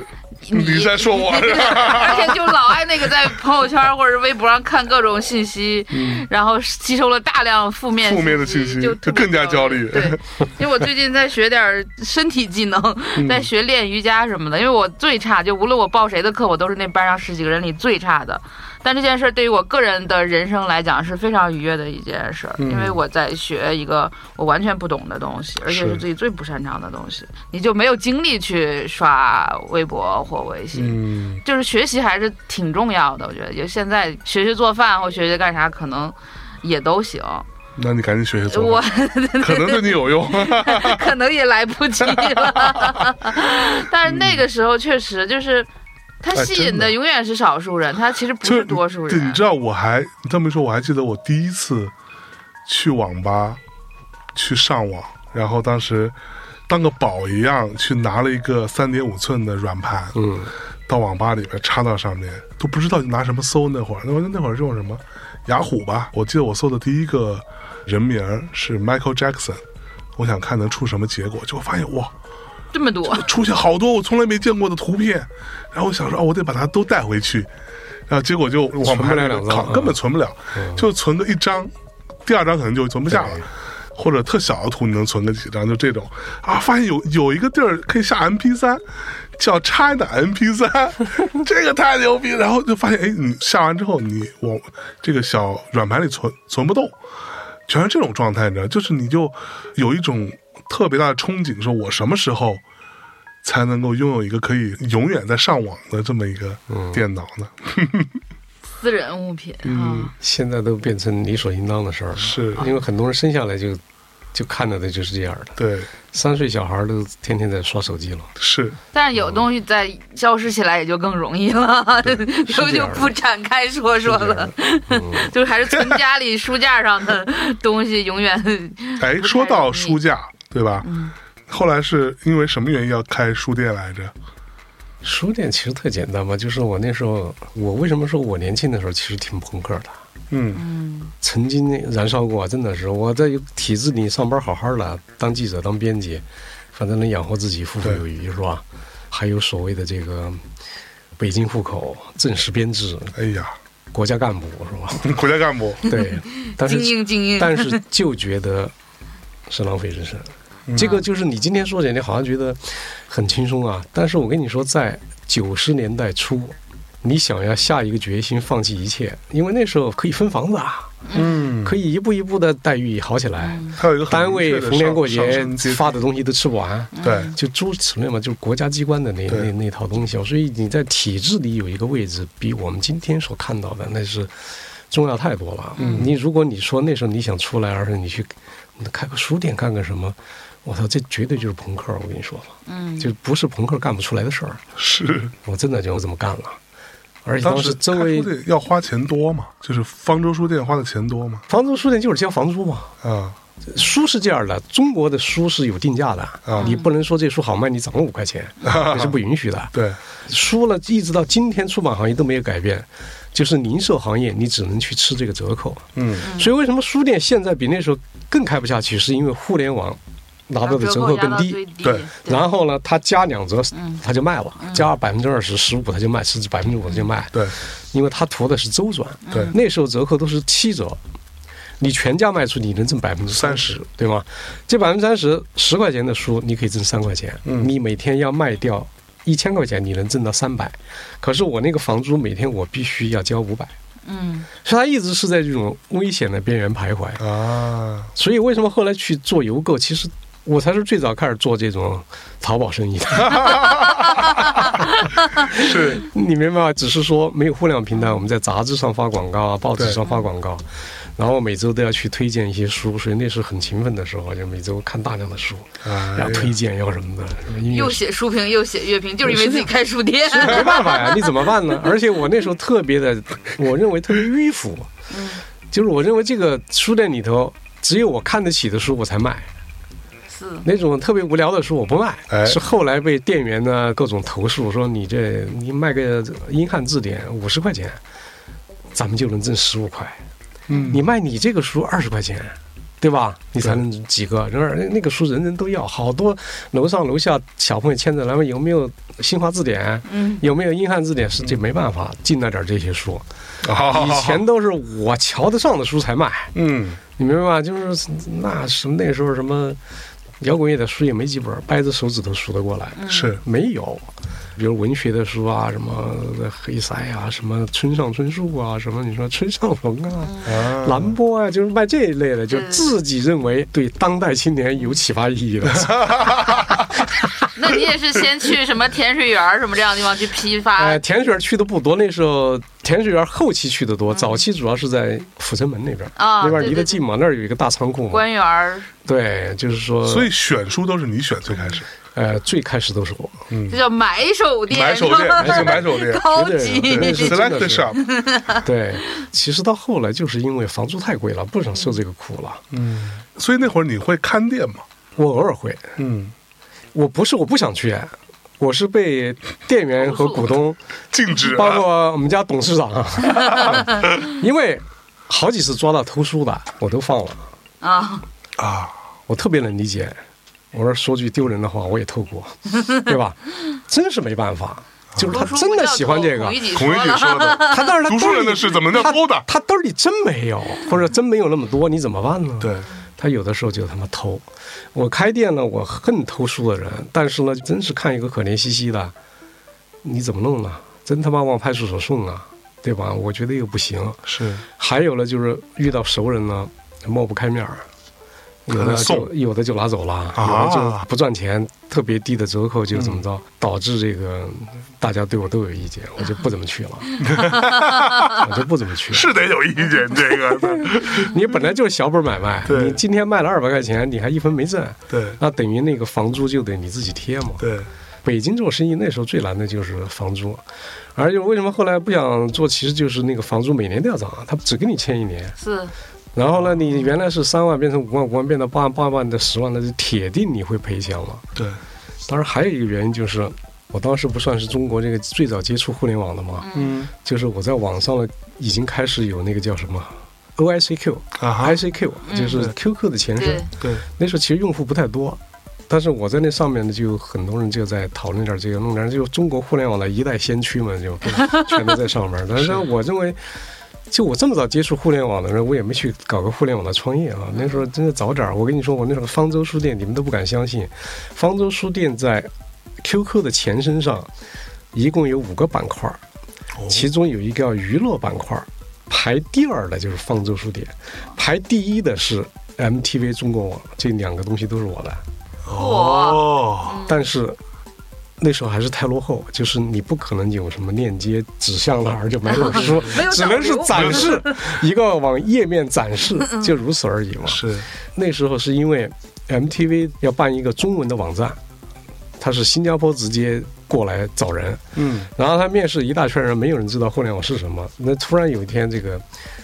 你在说我是吧？ 而且就老爱那个在朋友圈或者微博上看各种信息，嗯、然后吸收了大量负面负面的信息， 就就更加焦虑。 对，因为我最近在学点身体技能， 嗯、 在学练瑜伽什么的。因为我最差，就无论我报谁的课，我都是那班上十几个人里最差的。但这件事对于我个人的人生来讲是非常愉悦的一件事，嗯、因为我在学一个我完全不懂的东西，而且是自己最不擅长的东西，你就没有精力去刷微博或微信。嗯，就是学习还是挺重要的，我觉得就现在学学做饭或学学干啥可能也都行。 那你赶紧学学做饭，我可能对你有用， 可能也来不及了。但是那个时候确实就是。他吸引的永远是少数人，他其实不是多数人。 对，你知道，我还你这么说，我还记得我第一次去网吧去上网，然后当时当个宝一样去拿了一个三点五寸的软盘，嗯，到网吧里边插到上面，都不知道拿什么搜。那会儿，那会儿那会儿用什么雅虎吧？我记得我搜的第一个人名是 Michael Jackson， 我想看能出什么结果，结果发现哇。 这么多出现好多我从来没见过的图片，然后我想说哦，我得把它都带回去，然后结果就网盘考根本存不了，嗯、就存个一张，第二张可能就存不下了，或者特小的图你能存个几张，就这种啊，发现有有一个地儿可以下 M P 三，叫 China M P 三，这个太牛逼，然后就发现哎，你下完之后你往这个小软盘里存存不动，全是这种状态，你知道，就是你就有一种。特别大的憧憬，说我什么时候才能够拥有一个可以永远在上网的这么一个电脑呢？嗯、 私人物品， 嗯，现在都变成理所应当的事儿了。 是因为很多人生下来就就看到的就是这样的。 对， 三岁小孩都天天在刷手机了。 是， 但是有东西在消失起来也就更容易了，就就不展开说说了。嗯、就还是存家里书架上的东西永远。 哎，说到书架。对吧？嗯，后来是因为什么原因要开书店来着？ 书店其实特简单嘛，就是我那时候，我为什么说我年轻的时候其实挺朋克的？嗯，曾经燃烧过，真的是我在体制里上班好好的，当记者、当编辑，反正能养活自己，富富有余，是吧？还有所谓的这个北京户口、正式编制， 哎呀， 国家干部是吧？ 国家干部， 对，但是精英精英， 但是就觉得是浪费人生。这个就是你今天说起来，你好像觉得很轻松啊。但是我跟你说，在九十年代初，你想要下一个决心，放弃一切，因为那时候可以分房子啊，嗯，可以一步一步的待遇好起来。 还有一个单位逢年过节发的东西都吃不完， 对， 就诸如此类嘛，就是国家机关的那那那套东西。所以你在体制里有一个位置，比我们今天所看到的那是重要太多了。嗯，你如果你说那时候你想出来，而是你去开个书店干个什么？我操，这绝对就是朋克！我跟你说吧，嗯，就不是朋克干不出来的事儿。 是， 我真的就这么干了。而且当时周围要花钱多嘛，就是方舟书店花的钱多嘛。 方舟书店就是交房租嘛。 啊， 书是这样的，中国的书是有定价的啊，你不能说这书好卖，你涨了五块钱，那是不允许的。 对， 书呢，一直到今天，出版行业都没有改变。就是零售行业，你只能去吃这个折扣。嗯，所以为什么书店现在比那时候更开不下去？是因为互联网拿到的折扣更低。 对， 然后呢，它加两折，它就卖了；加百分之二十、十五，它就卖；甚至百分之五，它就卖。 对， 因为它图的是周转。 对， 那时候折扣都是七折，你全价卖出，你能挣百分之三十，对吗？这百分之三十，十块钱的书，你可以挣三块钱。嗯，你每天要卖掉一千块钱，你能挣到三百。可是我那个房租每天我必须要交五百。嗯，所以他一直是在这种危险的边缘徘徊啊。所以为什么后来去做邮购？其实我才是最早开始做这种淘宝生意的。 是你明白吗？只是说没有互联网平台，我们在杂志上发广告啊，报纸上发广告。然后每周都要去推荐一些书，所以那是很勤奋的时候，就每周看大量的书，要推荐要什么的。 又写书评又写乐评，就是因为自己开书店， 没办法呀，你怎么办呢？而且我那时候特别的，我认为特别迂腐，嗯，就是我认为这个书店里头只有我看得起的书我才卖。是那种特别无聊的书我不卖，哎、是后来被店员呢各种投诉说你这你卖个英汉字典五十块钱，咱们就能挣十五块。嗯，你卖你这个书二十块钱， 对吧？你才能几个人，那个书人人都要，好多楼上楼下小朋友牵着来问有没有新华字典，嗯，有没有英汉字典，是这没办法进了点这些书。以前都是我瞧得上的书才卖，嗯，你明白吗？就是那什么那时候什么摇滚乐的书也没几本，掰着手指头数得过来， 是没有。比如文学的书啊，什么黑塞啊，什么村上春树啊，什么你说村上隆啊、嗯、兰波啊，就是卖这一类的，就自己认为对当代青年有启发意义的。 那你也是先去什么甜水园什么这样的地方去批发？ 哎、呃，甜水园去的不多，那时候甜水园后期去的多，早期主要是在阜成门那边啊、嗯，那边离得近嘛，那儿有一个大仓库嘛。 官园。 对，就是说。 所以选书都是你选最开始。 呃，最开始都是我， 嗯，这叫买手店， 买手店，还是买手店， 高级 ，select shop。 对，其实到后来就是因为房租太贵了，不想受这个苦了。 嗯，所以那会儿你会看店吗？ 我偶尔会。嗯，我不是我不想去，我是被店员和股东禁止， 包括我们家董事长啊，因为好几次抓到偷书的，我都放了。啊啊，我特别能理解。我说说句丢人的话，我也偷过，对吧？真是没办法，就是他真的喜欢这个。 孔乙己说的， 他但是他读书人的事怎么能偷的？ 他兜里真没有，或者真没有那么多，你怎么办呢？ 对， 他有的时候就他妈偷。我开店呢，我恨偷书的人，但是呢，真是看一个可怜兮兮的，你怎么弄呢？真他妈往派出所送啊，对吧？我觉得又不行。 是， 还有呢，就是遇到熟人呢，抹不开面儿。有的就有的就拿走了，有的就不赚钱，特别低的折扣就怎么着，导致这个大家对我都有意见，我就不怎么去了，我就不怎么去了。 是得有意见，这个你本来就是小本买卖，你今天卖了二百块钱，你还一分没挣， 对， 那等于那个房租就得你自己贴嘛。 对， 北京做生意那时候最难的就是房租，而且为什么后来不想做，其实就是那个房租每年都要涨，他只给你签一年。 是。 然后呢，你原来是三万变成五万，五万变到八万，八万的十万，那就铁定你会赔钱了。 对， 当然还有一个原因就是，我当时不算是中国这个最早接触互联网的嘛，嗯，就是我在网上呢已经开始有那个叫什么 O I C Q、I C Q， 就是 Q Q 的前身。 对， 那时候其实用户不太多，但是我在那上面呢，就有很多人就在讨论点这个，弄点就中国互联网的一代先驱们就全都在上面。但是我认为。就我这么早接触互联网的人，我也没去搞个互联网的创业啊。那时候真的早点，我跟你说，我那时候方舟书店，你们都不敢相信。方舟书店在 Q Q 的前身上，一共有五个板块，其中有一个叫娱乐板块，排第二的就是方舟书店，排第一的是 M T V 中国网，这两个东西都是我的。 哦， 但是。那时候还是太落后，就是你不可能有什么链接指向哪儿就买本书，只能是展示一个往页面展示，就如此而已嘛。 是那时候是因为 M T V 要办一个中文的网站，他是新加坡直接过来找人，嗯，然后他面试一大圈人，没有人知道互联网是什么。那突然有一天，这个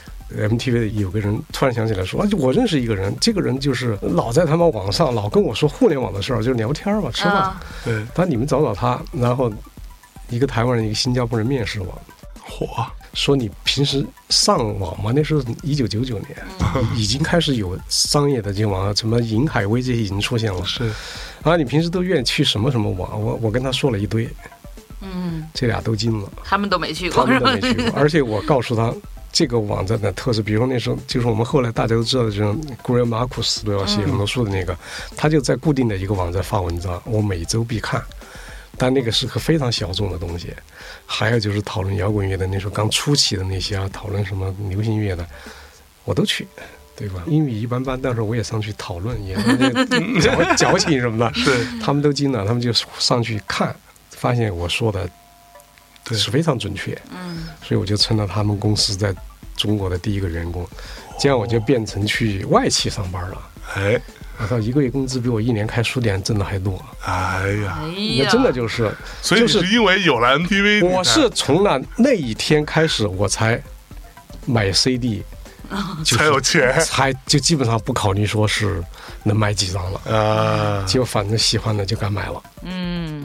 M T V 有个人突然想起来说，啊，我认识一个人，这个人就是老在他们网上老跟我说互联网的事儿，就是聊天嘛，吃饭。啊、 对， 他说你们找找他，然后一个台湾人，一个新加坡人面试我， 火说你平时上网吗？那时候一九九九年、嗯、已经开始有商业的这网，什么银海威这些已经出现了。 是， 啊，你平时都愿意去什么什么网？我我跟他说了一堆， 嗯， 这俩都惊了， 他们都没去过， 他们都没去过，而且我告诉他。这个网站的特色，比如那时候就是我们后来大家都知道的这种古人马库斯都要写很多书的那个，他就在固定的一个网站发文章，我每周必看。但那个是个非常小众的东西。还有就是讨论摇滚乐的，那时候刚初期的那些啊，讨论什么流行乐的，我都去，对吧？英语一般般，但是我也上去讨论，也矫矫情什么的， 是他们都惊了，他们就上去看，发现我说的。是非常准确，嗯，所以我就成了他们公司在中国的第一个员工，这样我就变成去外企上班了。 哎， 我靠，一个月工资比我一年开书店挣的还多。 哎呀， 那真的就是， 所以是因为有了 M T V， 我是从那那一天开始，我才买 C D， 才有钱， 才就基本上不考虑说是能买几张了啊，就反正喜欢的就敢买了。 嗯。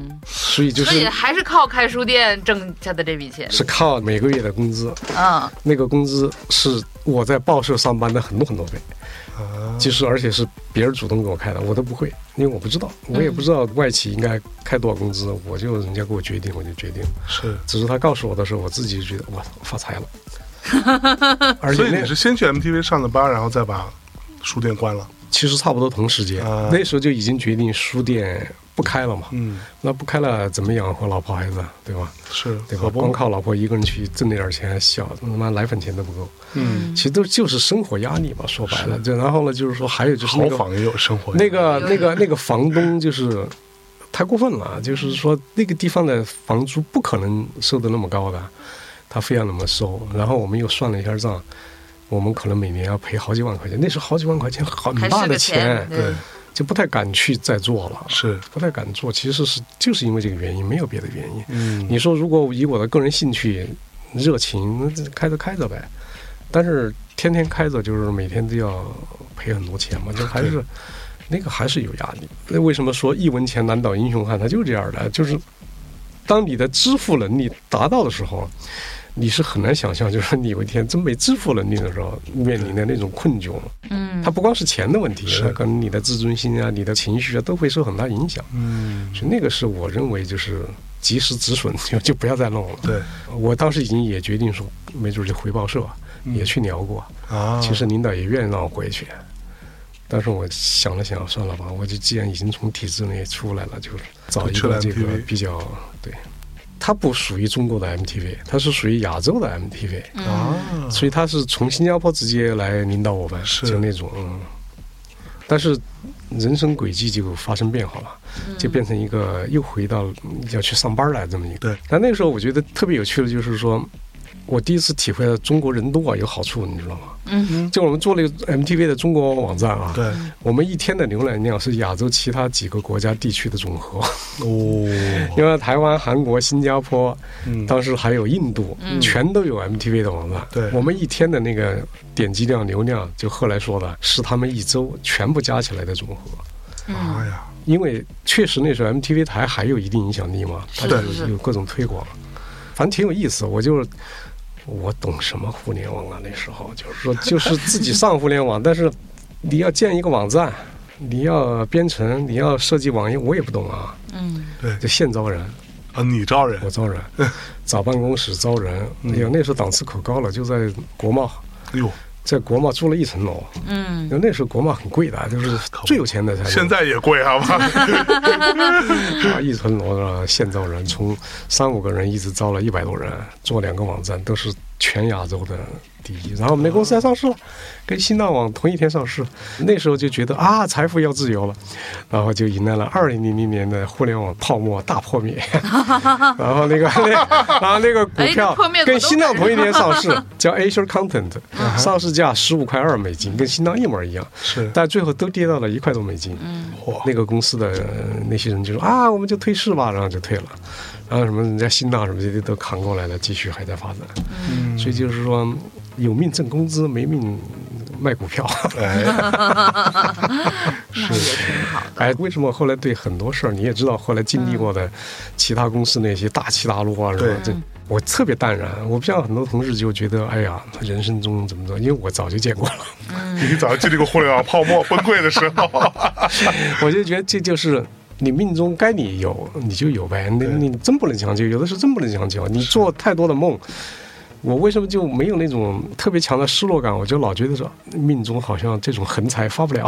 嗯， 所以就是所以还是靠开书店挣下的这笔钱， 是靠每个月的工资， 嗯， 那个工资是我在报社上班的很多很多倍。 啊， 就是而且是别人主动给我开的，我都不会，因为我不知道，我也不知道外企应该开多少工资，我就人家给我决定，我就决定。 是， 只是他告诉我的时候，我自己就觉得哇，发财了。而且所以你是先去 M T V 上的班，然后再把书店关了。 其实差不多同时间， 啊、 那时候就已经决定书店不开了嘛。 嗯， 那不开了怎么养活老婆孩子，对吧？ 是， 对吧？光靠老婆一个人去挣那点钱，小他妈奶粉钱都不够。 嗯， 其实都就是生活压力嘛，说白了。就然后呢，就是说还有就是、那个、 豪房也有生活压力，那个那个那个房东就是太过分了，就是说那个地方的房租不可能收得那么高的，他非要那么收。然后我们又算了一下账。我们可能每年要赔好几万块钱，那时候好几万块钱很大的钱， 对， 就不太敢去再做了， 是不太敢做。其实是就是因为这个原因，没有别的原因。 嗯， 你说如果以我的个人兴趣、热情，开着开着呗，但是天天开着，就是每天都要赔很多钱嘛，就还是那个还是有压力。那为什么说一文钱难倒英雄汉？他就是这样的，就是当你的支付能力达到的时候。你是很难想象，就是你有一天真没支付能力的时候，面临的那种困窘。 嗯，它不光是钱的问题，它可能你的自尊心啊、你的情绪啊，都会受很大影响。 嗯， 所以那个是我认为就是及时止损，就就不要再弄了。 对， 我当时已经也决定说，没准就回报社，嗯、也去聊过啊。 其实领导也愿意让我回去，但是我想了想，算了吧，我就既然已经从体制内出来了，就是找一个这个比较对。它不属于中国的 M T V， 它是属于亚洲的 M T V 啊， 所以它是从新加坡直接来领导我们，就那种。嗯，但是人生轨迹就发生变化了，就变成一个又回到要去上班来这么一个。 对。 但那个时候我觉得特别有趣的就是说，我第一次体会到中国人多啊有好处，你知道吗？ 嗯， 就我们做了一个 M T V 的中国网站啊， 对， 我们一天的浏览量是亚洲其他几个国家地区的总和。 哦， 因为台湾、韩国、新加坡， 嗯， 当时还有印度， 嗯、 全都有 M T V 的网站。 对， 我们一天的那个点击量、流量，就后来说的是他们一周全部加起来的总和。 妈呀！ 因为确实那时候 M T V 台还有一定影响力嘛，它有有各种推广，反正挺有意思。我就。我懂什么互联网啊？那时候就是说，就是自己上互联网，但是你要建一个网站，你要编程，你要设计网页，我也不懂啊。 嗯， 对， 就现招人啊，你招人， 我招人，找办公室招人。哎呀，那时候档次可高了，就在国贸。 哎呦， 在国贸住了一层楼。 嗯， 那时候国贸很贵的，就是最有钱的才。 现在也贵，好吧？ 啊，一层楼的现招人，从三五个人一直招了一百多人，做两个网站，都是全亚洲的第一。然后我们那公司还上市了，跟新浪网同一天上市。那时候就觉得啊，财富要自由了，然后就迎来了二零零零年的互联网泡沫大破灭。然后那个那，然后那个股票跟新浪同一天上市，叫 Asia Content， 上市价十五块二美金，跟新浪一模一样。 是， 但最后都跌到了一块多美金。 嗯， 那个公司的、呃、那些人就说啊，我们就退市吧，然后就退了。然后什么人家新浪什么这些都扛过来了，继续还在发展。 嗯， 所以就是说，有命挣工资，没命卖股票。 哎， 是也挺好的。 哎，为什么后来对很多事儿你也知道，后来经历过的其他公司那些大起大落啊，是吧？这我特别淡然，我不像很多同事就觉得，哎呀，人生中怎么着？因为我早就见过了。 嗯， 你早就经历过互联网泡沫崩溃的时候。 我就觉得这就是你命中该你有你就有呗，你你真不能强求，有的时候真不能强求。你做太多的梦，我为什么就没有那种特别强的失落感？我就老觉得说，命中好像这种横财发不了，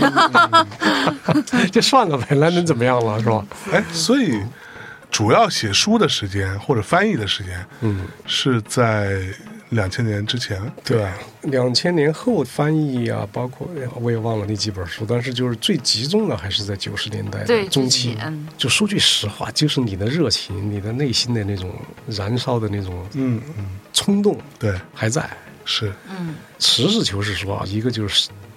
就算了呗，那能怎么样了，是吧？ 哎，所以主要写书的时间或者翻译的时间，嗯，是在两千年之前，对吧？ 两千年后翻译啊，包括我也忘了那几本书，但是就是最集中的还是在九十年代的中期。就说句实话，就是你的热情，你的内心的那种燃烧的那种嗯嗯冲动， 对， 还在。 是， 嗯， 实事求是说啊，一个就是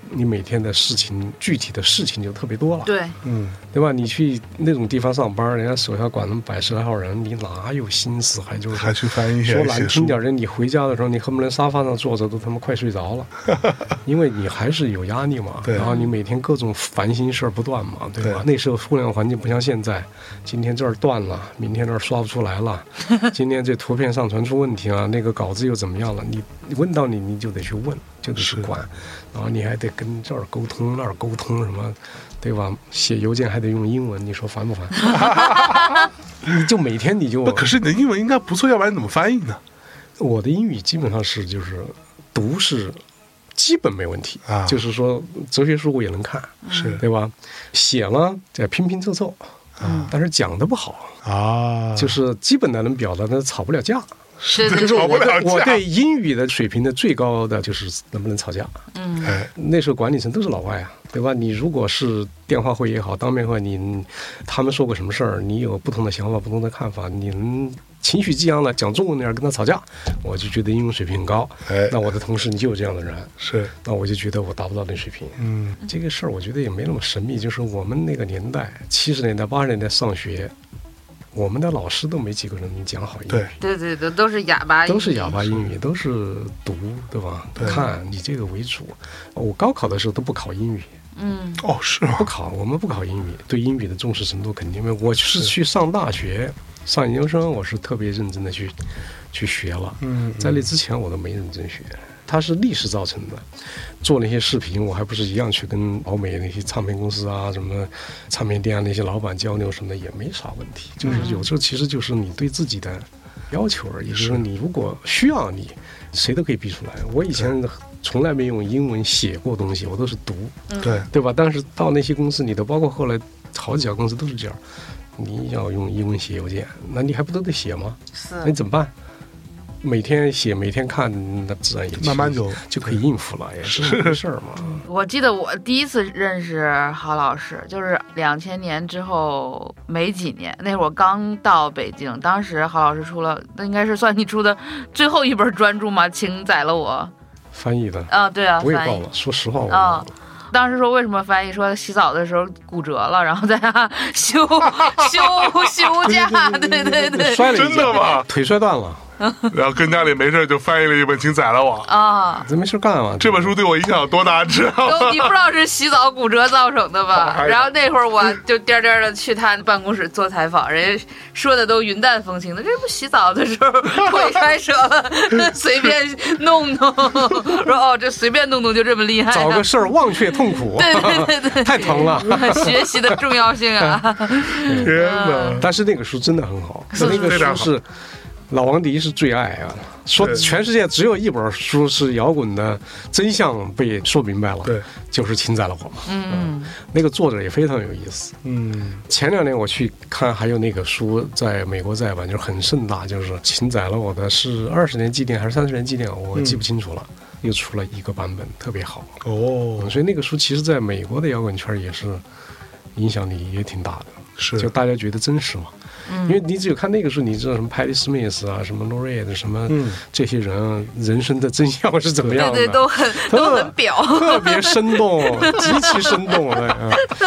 你每天的事情具体的事情就特别多了， 对， 嗯， 对吧？你去那种地方上班，人家手下管那么百十来号人，你哪有心思还就是还去翻译说难写书听点人，你回家的时候，你恨不得沙发上坐着都他妈快睡着了，因为你还是有压力嘛。 对然后你每天各种烦心事儿不断嘛，对吧？ 对那时候互联网环境不像现在，今天这儿断了，明天这儿刷不出来了，今天这图片上传出问题了，那个稿子又怎么样了？你问到你，你就得去问，就得去管，然后你还得跟这儿沟通那儿沟通什么，对吧？写邮件还得用英文，你说烦不烦？你就每天你就不，可是你的英文应该不错，要不然你怎么翻译呢？ 我的英语基本上是就是读是基本没问题啊， 就是说哲学书我也能看， 是对吧？写了再拼拼凑凑， 啊， 但是讲的不好啊， 就是基本的能表达，但是吵不了架。 是就是我吵不了架我对英语的水平的最高的就是能不能吵架。 嗯， 哎， 那时候管理层都是老外啊，对吧？你如果是电话会也好，当面会，你他们说过什么事儿，你有不同的想法、不同的看法，你能情绪激昂的讲中文那样跟他吵架，我就觉得英文水平很高。 哎那我的同事你就有这样的人， 是， 那我就觉得我达不到那水平。 嗯， 这个事儿我觉得也没那么神秘，就是我们那个年代，七十年代、八十年代上学，我们的老师都没几个人能讲好英语。 对， 对对对，都是哑巴英语， 都是哑巴英语，都是读，对吧？ 对看以这个为主。我高考的时候都不考英语， 嗯哦，是吗不？考，我们不考英语，对英语的重视程度肯定没有。我是去上大学、上研究生，我是特别认真的去去学了。 嗯， 在那之前我都没认真学，它是历史造成的。做那些视频，我还不是一样去跟老美那些唱片公司啊、什么唱片店啊那些老板交流什么的，也没啥问题。就是有时候其实就是你对自己的要求而已。就是说你如果需要你，谁都可以逼出来。我以前从来没用英文写过东西，我都是读， 对， 对吧？但是到那些公司里头，包括后来好几家公司都是这样，你要用英文写邮件，那你还不都得写吗？那你是， 怎么办？每天写，每天看，那自然也慢慢就就可以应付了，也是这么回事儿嘛。 我记得我第一次认识郝老师，就是两千年之后没几年，那会儿我刚到北京，当时郝老师出了，那应该是算你出的最后一本专著嘛，请宰了我。 翻译的， 啊，对啊，翻译我也忘了，说实话我啊忘了。 当时说为什么翻译，说洗澡的时候骨折了，然后在那休休休假，对对对， 摔了一真的吗？ 腿摔断了， 然后跟家里没事就翻译了一本《请宰了我》。 啊， 这没事干啊。 这本书对我影响有多大，知道吗？ 都你不知道是洗澡骨折造成的吧？ 哎呀然后那会儿我就颠颠的去他办公室做采访，人家说的都云淡风轻的，这不洗澡的时候腿摔折了，随便弄弄，说哦这随便弄弄就这么厉害、啊， 找个事儿忘却痛苦， 对对对对， 太疼了。 学习的重要性啊， 天哪！ 但是那个书真的很好， 是那个非常好书是老王迪是最爱啊。说对全世界只有一本书是摇滚的真相被说明白了， 对， 就是《请宰了我》嘛。 嗯， 那个作者也非常有意思。 嗯， 前两年我去看，还有那个书在美国再版，就是很盛大，就是《请宰了我》的是二十年纪念还是三十年纪念，我记不清楚了。又出了一个版本，特别好。 哦， 所以那个书其实在美国的摇滚圈也是影响力也挺大的， 是就大家觉得真实嘛。因为你只有看那个书，你知道什么 Patti Smith 啊，什么 Lou Reed 什么、 嗯、 这些人人生的真相是怎么样的？ 对对，都很都很表， 特别生动，极其生动的。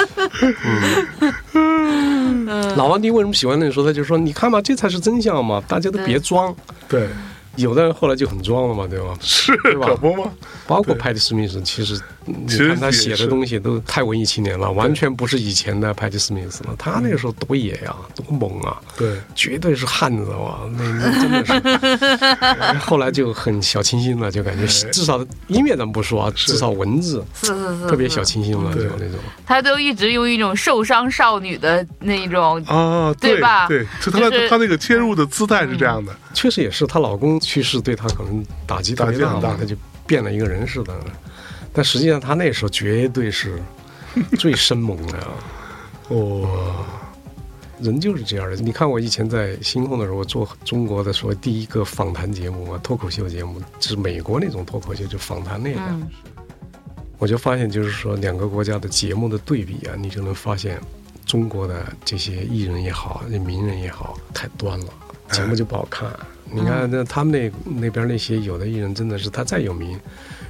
嗯，嗯老王迪为什么喜欢那个书？他就说：“你看嘛，这才是真相嘛，大家都别装。” 对。 有的人后来就很装了嘛，对吧？ 是， 对吧？ 可不吗？ 包括派蒂·史密斯，其实你看他写的东西都太文艺青年了，完全不是以前的派蒂·史密斯了。他那个时候多野呀、啊，多猛啊！ 对， 绝对是汉子哇！那那真的是。后来就很小清新了，就感觉至少音乐咱不说啊，至少文字是是是特别小清新了，就那种。 他都一直用一种受伤少女的那种啊， 对吧？ 对，就他他那个切入的姿态是这样的。 确实也是，她老公去世对她可能打击特别大嘛，她就变了一个人似的。但实际上她那时候绝对是最生猛的。 哦， 人就是这样的。你看我以前在星空的时候，我做中国的所谓第一个访谈节目啊，脱口秀节目，是美国那种脱口秀，就访谈类的。嗯、我就发现，就是说两个国家的节目的对比啊，你就能发现中国的这些艺人也好，名人也好，太端了。节目就不好看，你看那他们那那边那些有的艺人真的是他再有名，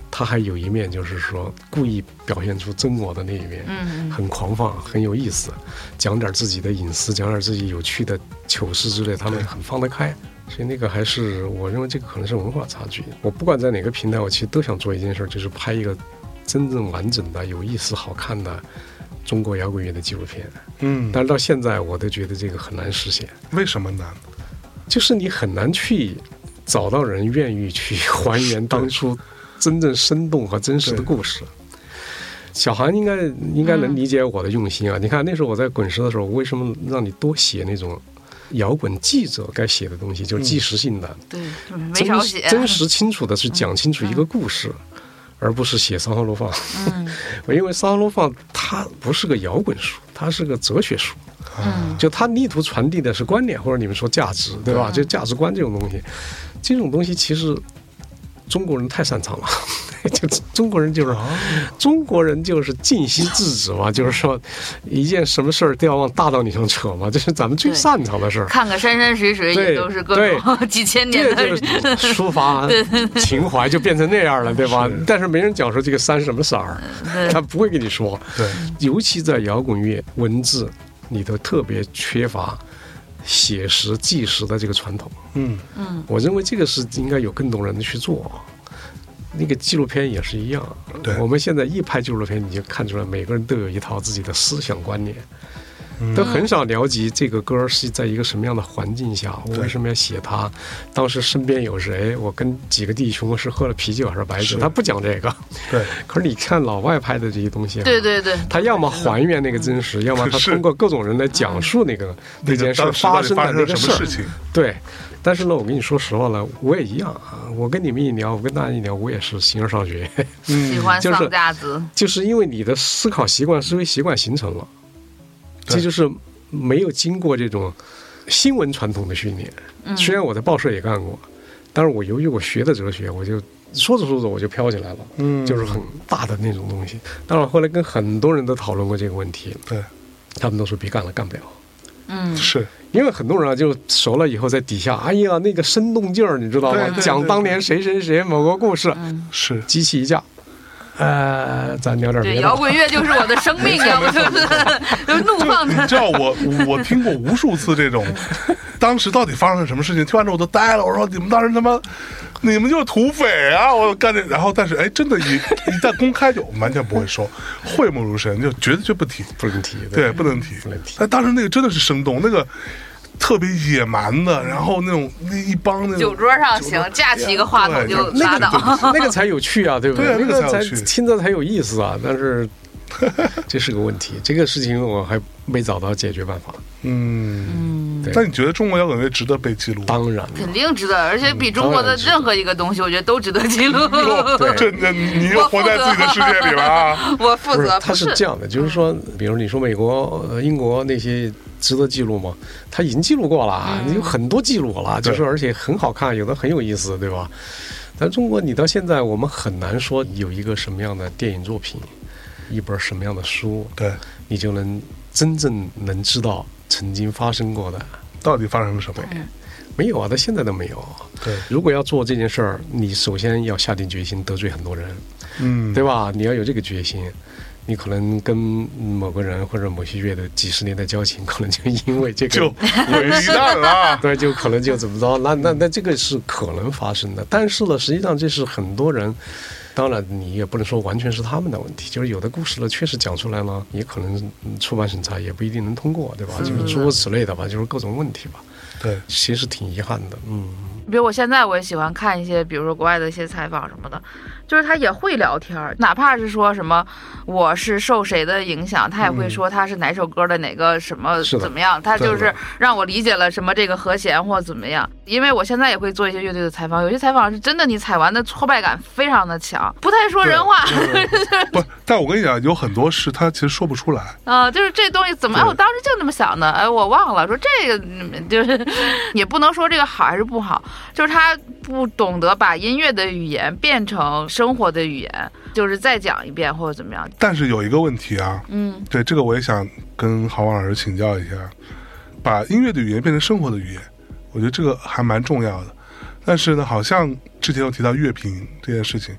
他还有一面就是说故意表现出真我的那一面， 嗯， 很狂放，很有意思，讲点自己的隐私，讲点自己有趣的糗事之类，他们很放得开。所以那个还是我认为这个可能是文化差距。我不管在哪个平台，我其实都想做一件事，就是拍一个真正完整的、有意思、好看的中国摇滚乐的纪录片。 嗯， 但是到现在我都觉得这个很难实现。 为什么难？ 就是你很难去找到人愿意去还原当初真正生动和真实的故事。小韩应该应该能理解我的用心啊！嗯、你看那时候我在滚石的时候，为什么让你多写那种摇滚记者该写的东西，就是即时性的， 嗯、对，没少写， 真实清楚的去讲清楚一个故事。嗯嗯，而不是写《三号楼放》。嗯，我因为《三号楼放》它不是个摇滚书，它是个哲学书。嗯，就它力图传递的是观念，或者你们说价值，对吧？就价值观这种东西，这种东西其实中国人太擅长了。就中国人就是、哦、中国人就是尽心致志嘛，就是说一件什么事儿都要往大道理上扯嘛，这是咱们最擅长的事儿。 看个山山水水也都是各种几千年的， 这就是抒发情怀就变成那样了，对吧？是，但是没人讲说这个山是什么色儿，他不会跟你说。 对， 尤其在摇滚乐文字里头特别缺乏写实纪实的这个传统。 嗯嗯，我认为这个是应该有更多人去做。那个纪录片也是一样， 对， 我们现在一拍纪录片，你就看出来每个人都有一套自己的思想观念，嗯、都很少了解这个歌是在一个什么样的环境下，我为什么要写它，当时身边有谁，我跟几个弟兄是喝了啤酒还是白酒，他不讲这个。 对， 可是你看老外拍的这些东西、啊， 对对对， 他要么还原那个真实，要么他通过各种人来讲述那个那件事发生的那个事情。 对。但是呢，我跟你说实话了，我也一样啊。我跟你们一聊，我跟大家一聊，我也是形而上学， 嗯、喜欢丧家子、 就是，就是因为你的思考习惯、思维习惯形成了，这就是没有经过这种新闻传统的训练。嗯、虽然我在报社也干过，但是我由于我学的哲学，我就说着说着我就飘起来了，嗯，就是很大的那种东西。当然，后来跟很多人都讨论过这个问题， 对， 他们都说别干了，干不了。 嗯， 是因为很多人啊，就熟了以后在底下，哎呀，那个生动劲儿，你知道吗？讲当年谁谁谁某个故事， 嗯、 是激起一架。呃，咱聊点别的。 摇滚乐就是我的生命，要不就是就是怒放的。 你知道我我听过无数次这种，当时到底发生了什么事情？听完之后我都呆了，我说你们当时他妈。你们就是土匪啊！我干这，然后但是哎，真的，一一旦公开就完全不会说，讳莫如深，就绝对就不提， 不能提， 对，对不能提， 不能提。 但当时那个真的是生动，那个特别野蛮的，然后那种那一帮那种酒桌上行，架起一个话筒就拉倒， 那个才有趣啊，对不对？ 对， 那个才听着才有意思啊。但是这是个问题，这个事情我还没找到解决办法。 嗯，那你觉得中国摇滚乐值得被记录？ 当然， 肯定值得，而且比中国的任何一个东西，我觉得都值得记录。 这这你又活在自己的世界里了啊！ 我负责。 他是这样的，就是说，比如你说美国、英国那些值得记录吗？他已经记录过了，嗯、有很多记录了，就是而且很好看，有的很有意思，对吧？但中国，你到现在我们很难说有一个什么样的电影作品，一本什么样的书， 对， 你就能真正能知道曾经发生过的到底发生了什么？ 对，没有啊，到现在都没有。 对， 如果要做这件事儿，你首先要下定决心得罪很多人，嗯，对吧？你要有这个决心。你可能跟某个人或者某些乐的几十年的交情，可能就因为这个就毁于一旦了。 对，就可能就怎么着，那那那这个是可能发生的。但是呢，实际上这是很多人，当然你也不能说完全是他们的问题，就是有的故事呢确实讲出来了，也可能出版审查也不一定能通过，对吧？就是诸如此类的吧，就是各种问题吧。 对， 其实挺遗憾的，嗯。 比如我现在我也喜欢看一些，比如说国外的一些采访什么的，就是他也会聊天，哪怕是说什么我是受谁的影响，他也会说他是哪首歌的哪个什么怎么样，他就是让我理解了什么这个和弦或怎么样。因为我现在也会做一些乐队的采访，有些采访是真的你采完的挫败感非常的强，不太说人话。 不，但我跟你讲，有很多事他其实说不出来啊、呃，就是这东西怎么，哎，我当时就那么想的，哎，我忘了，说这个就是也不能说这个好还是不好。就是他不懂得把音乐的语言变成生活的语言，就是再讲一遍或者怎么样。 但是有一个问题啊， 嗯，对， 这个我也想跟郝王老师请教一下，把音乐的语言变成生活的语言，我觉得这个还蛮重要的。但是呢，好像之前有提到乐评这件事情，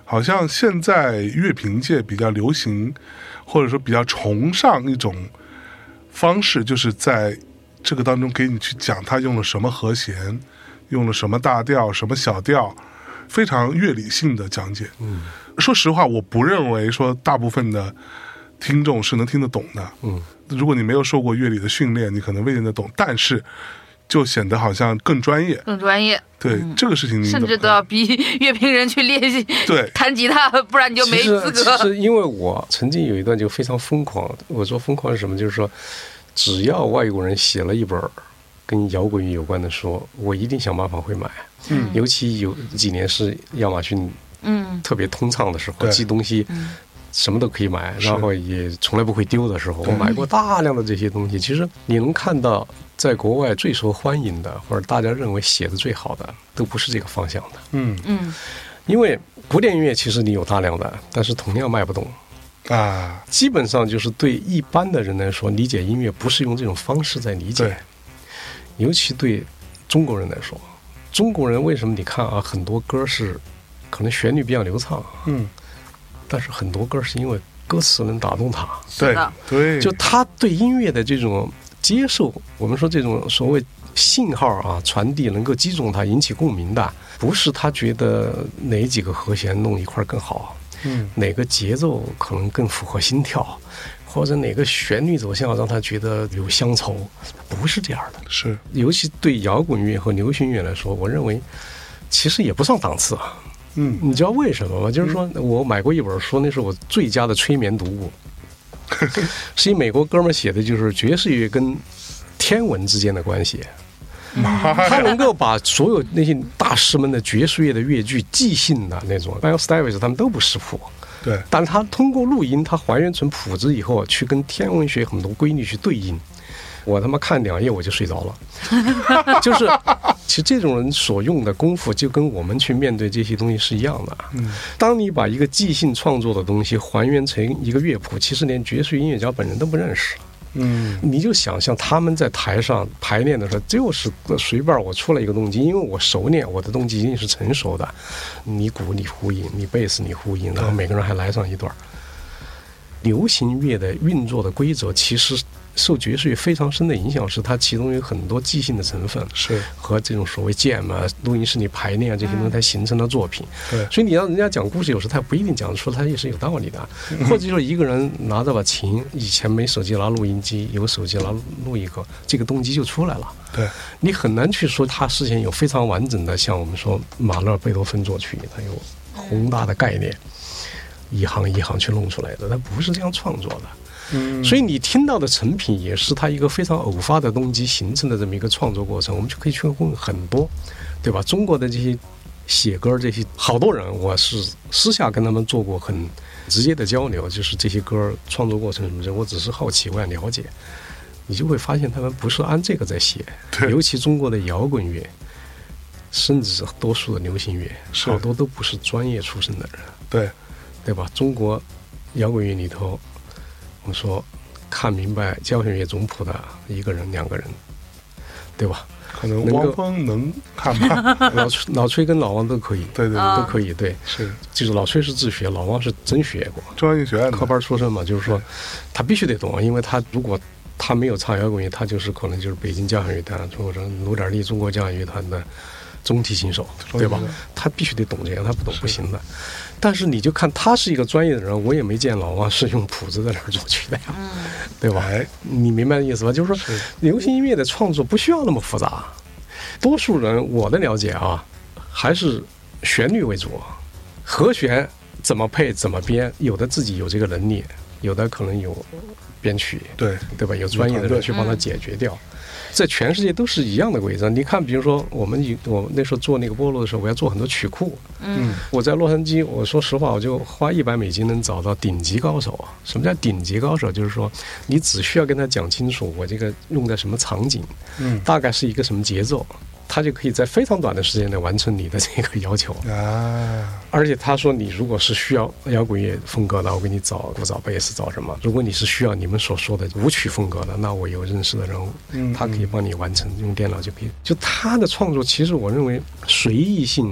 好像现在乐评界比较流行，或者说比较崇尚一种方式，就是在这个当中给你去讲他用了什么和弦，用了什么大调，什么小调，非常乐理性的讲解。嗯，说实话，我不认为说大部分的听众是能听得懂的。嗯，如果你没有受过乐理的训练，你可能未见得懂，但是就显得好像更专业， 更专业。 对、嗯、这个事情你甚至都要逼乐评人去练习对弹吉他，不然你就没资格。 其实因为我曾经有一段就非常疯狂，我说疯狂是什么，就是说只要外国人写了一本跟摇滚乐有关的书，我一定想办法会买。嗯，尤其有几年是亚马逊嗯特别通畅的时候，寄东西什么都可以买，然后也从来不会丢的时候，我买过大量的这些东西。其实你能看到在国外最受欢迎的，或者大家认为写的最好的，都不是这个方向的。嗯嗯，因为古典音乐其实你有大量的，但是同样卖不动啊。基本上就是对一般的人来说，理解音乐不是用这种方式在理解，尤其对中国人来说，中国人为什么你看啊，很多歌是可能旋律比较流畅，嗯，但是很多歌是因为歌词能打动他。 对对， 就他对音乐的这种接受，我们说这种所谓信号啊传递能够击中他，引起共鸣的，不是他觉得哪几个和弦弄一块更好，嗯，哪个节奏可能更符合心跳，或者哪个旋律走向让他觉得有乡愁，不是这样的。 是， 尤其对摇滚乐和流行乐来说，我认为其实也不上档次啊。嗯，你知道为什么吗？就是说我买过一本书，那是我最佳的催眠读物，是一美国哥们写的，就是爵士乐跟天文之间的关系。他能够把所有那些大师们的爵士乐的乐句即兴的那种 ，Miles Davis 他们都不识谱， 对，但他通过录音，他还原成谱子以后，去跟天文学很多规律去对应。我他妈看两页我就睡着了，就是其实这种人所用的功夫就跟我们去面对这些东西是一样的。嗯，当你把一个即兴创作的东西还原成一个乐谱，其实连爵士音乐家本人都不认识。嗯，你就想象他们在台上排练的时候，就是随便我出了一个动机，因为我熟练，我的动机一定是成熟的。你鼓你呼应，你贝斯你呼应，然后每个人还来上一段。流行乐的运作的规则其实受爵士乐非常深的影响，是它其中有很多即兴的成分， 是和这种所谓 jam 啊、录音室里排练啊这些东西才形成的作品。 对， 所以你让人家讲故事，有时他不一定讲得出他也是有道理的，或者就是一个人拿着把琴，以前没手机拿录音机，有手机拿录一个，这个动机就出来了。 对， 你很难去说他事先有非常完整的，像我们说马勒、贝多芬作曲，他有宏大的概念，一行一行去弄出来的，他不是这样创作的。嗯，所以你听到的成品也是他一个非常偶发的动机形成的这么一个创作过程，我们就可以去问很多，对吧？中国的这些写歌这些好多人，我是私下跟他们做过很直接的交流，就是这些歌创作过程什么的，我只是好奇，我想了解，你就会发现他们不是按这个在写，尤其中国的摇滚乐，甚至是多数的流行乐，好多都不是专业出身的人， 对， 对吧？中国摇滚乐里头，我们说看明白交响乐总谱的一个人、两个人，对吧？ 可能汪峰能看吧， 老老崔跟老王都可以， 对对对， 都可以，对， 是， 就是老崔是自学，老王是真学过， 中央音乐学院科班出身嘛，就是说他必须得懂，因为他如果他没有唱摇滚乐，他就是可能就是北京交响乐团或者努点力中国交响乐团的中提琴手，对吧？他必须得懂这个，他不懂不行的。但是你就看他是一个专业的人，我也没见老王是用谱子在那儿作曲的呀，嗯、对吧？你明白的意思吧？就是说，是流行音乐的创作不需要那么复杂。多数人我的了解啊，还是旋律为主，和弦怎么配怎么编，有的自己有这个能力，有的可能有编曲， 对对吧？有专业的人去帮他解决掉。在全世界都是一样的规则。你看，比如说我们我那时候做那个菠萝的时候，我要做很多曲库。嗯，我在洛杉矶，我说实话，我就花一百美金能找到顶级高手。什么叫顶级高手？就是说，你只需要跟他讲清楚，我这个用在什么场景，嗯，大概是一个什么节奏，他就可以在非常短的时间内完成你的这个要求啊！而且他说，你如果是需要摇滚乐风格的，我给你找鼓找贝斯找什么；如果你是需要你们所说的舞曲风格的，那我有认识的人物，嗯，他可以帮你完成，用电脑就可以。就他的创作，其实我认为随意性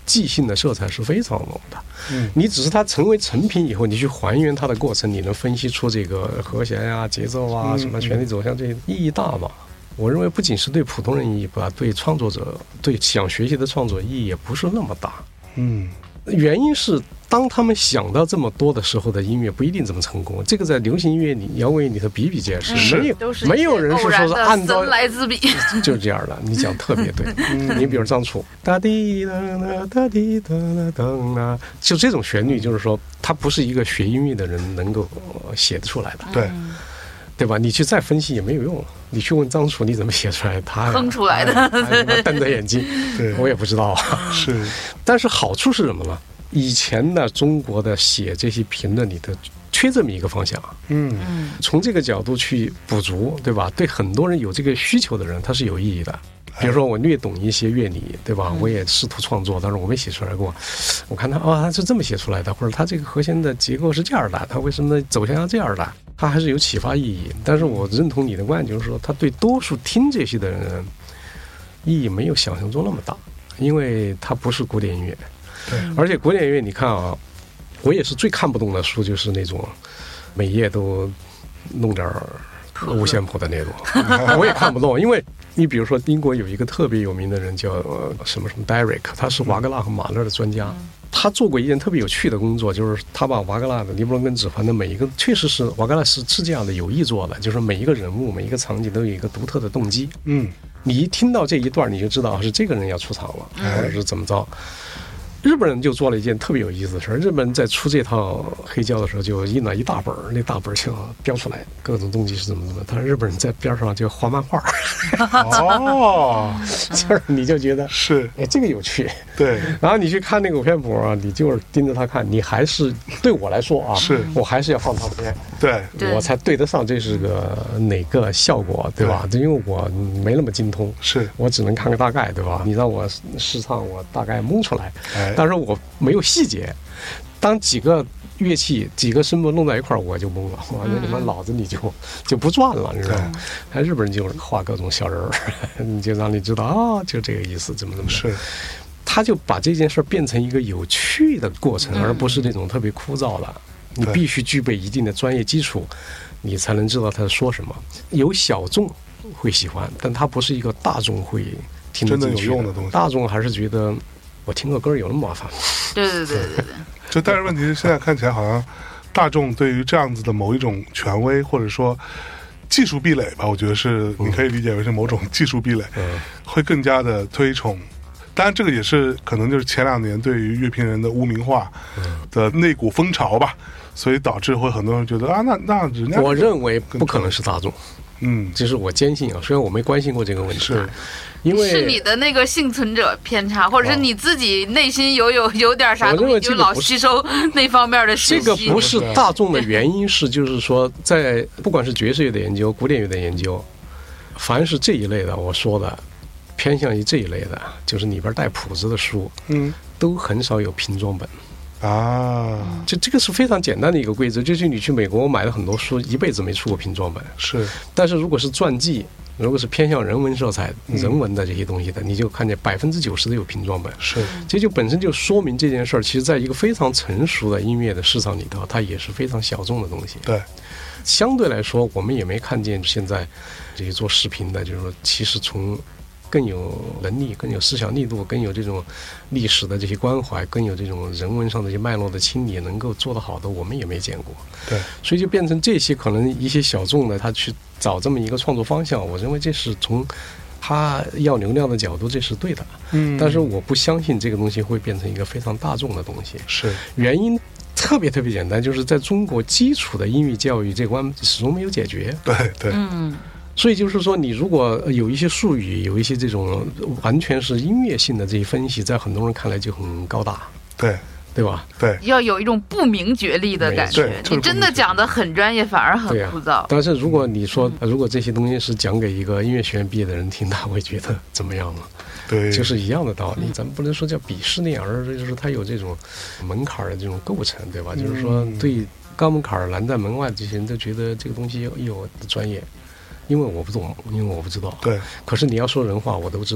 即兴的色彩是非常浓的。 嗯， 你只是它成为成品以后，你去还原它的过程，你能分析出这个和弦呀、节奏啊、什么旋律走向，这些意义大嘛？我认为不仅是对普通人意义吧，对创作者、对想学习的创作意义也不是那么大。 嗯， 原因是当他们想到这么多的时候的音乐不一定这么成功，这个在流行音乐里、摇滚乐里头比比皆是，没有没有人是说是按照来之笔， 就是这样的。你讲特别对，嗯、你比如张楚，哒滴哒哒哒滴哒哒哒，就这种旋律，就是说他不是一个学音乐的人能够写得出来的。 对。 对吧？你去再分析也没有用。你去问张楚，你怎么写出来？他哼出来的， 瞪着眼睛， 对我也不知道。 是， 但是好处是什么呢？以前的中国的写这些评论里头缺这么一个方向。 嗯， 从这个角度去补足，对吧？对很多人有这个需求的人，他是有意义的。比如说我略懂一些乐理，对吧？我也试图创作，但是我没写出来过。我看他哦，他是这么写出来的，或者他这个和弦的结构是这样的，他为什么走向要这样的？他还是有启发意义。但是我认同你的观点，就是说他对多数听这些的人意义没有想象中那么大，因为它不是古典音乐。 对， 而且古典音乐，你看啊，我也是最看不懂的书，就是那种每页都弄点五线谱的那种，我也看不懂，因为。你比如说，英国有一个特别有名的人叫、呃、什么什么 Derek， 他是瓦格纳和马勒的专家。他做过一件特别有趣的工作，就是他把瓦格纳的《尼伯龙根指环》的每一个，确实是瓦格纳是是这样的有意做的，就是每一个人物、每一个场景都有一个独特的动机。 嗯， 你一听到这一段，你就知道是这个人要出场了，或者是怎么着。日本人就做了一件特别有意思的事儿。日本人在出这套黑胶的时候，就印了一大本，那大本就标出来各种动机是怎么怎么。但日本人在边上就画漫画。 哦， 就是你就觉得是， 哎，这个有趣。 对。 然后你去看那个五线谱啊，你就是盯着他看，你还是对我来说啊， 是我还是要放唱片， 对， 我才对得上这是个哪个效果，对吧？对，因为我没那么精通， 是我只能看个大概，对吧？你让我试唱，我大概蒙出来。 哎。 但是我没有细节，当几个乐器几个声部弄在一块儿，我就懵了，完了你们脑子里就就不转了，你知道吗？还日本人就画各种小人儿，你就让你知道啊，就这个意思，怎么怎么是， 他就把这件事变成一个有趣的过程，而不是那种特别枯燥的。你必须具备一定的专业基础，你才能知道他说什么。有小众会喜欢，但他不是一个大众会听得进去的， 真的有用的东西。 大众还是觉得。我听个歌有那么麻烦吗？ 对对对对对。 就但是问题是，现在看起来好像大众对于这样子的某一种权威，或者说技术壁垒吧，我觉得是你可以理解为是某种技术壁垒，嗯、会更加的推崇。当然，这个也是可能就是前两年对于乐评人的污名化的那股风潮吧，所以导致会很多人觉得啊，那那人家我认为不可能是大众。 嗯， 这是我坚信啊，虽然我没关心过这个问题，是因为是你的那个幸存者偏差，或者是你自己内心有有有点啥东西，就老吸收那方面的信息。 这个不是大众的原因是，就是说，在不管是爵士乐的研究、古典乐的研究，凡是这一类的，我说的偏向于这一类的，就是里边带谱子的书， 嗯， 都很少有拼装本。 啊， 这这个是非常简单的一个规则，就是你去美国，我买了很多书，一辈子没出过拼装本。 是， 但是如果是传记，如果是偏向人文色彩、人文的这些东西的，你就看见百分之九十都有拼装本。 是， 这就本身就说明这件事儿，其实在一个非常成熟的音乐的市场里头，它也是非常小众的东西。 对， 相对来说，我们也没看见现在这些做视频的，就是说，其实从更有能力、更有思想力度、更有这种历史的这些关怀、更有这种人文上的一些脉络的清理，能够做得好的，我们也没见过。 对， 所以就变成这些可能一些小众的，他去找这么一个创作方向，我认为这是从他要流量的角度，这是对的。 嗯， 但是我不相信这个东西会变成一个非常大众的东西。 是， 原因特别特别简单，就是在中国基础的音乐教育这关始终没有解决。 对对， 嗯。 所以就是说，你如果有一些术语，有一些这种完全是音乐性的这些分析，在很多人看来就很高大， 对对吧？ 对， 要有一种不明觉厉的感觉。你真的讲得很专业，反而很枯燥。 啊、但是如果你说，如果这些东西是讲给一个音乐学院毕业的人听，他会觉得怎么样呢？ 对， 就是一样的道理。咱们不能说叫鄙视链，而是就是它有这种门槛的这种构成，对吧？嗯、就是说，对高门槛拦在门外的这些人都觉得这个东西有专业。因为我不懂，因为我不知道。 对， 可是你要说人话，我都知道。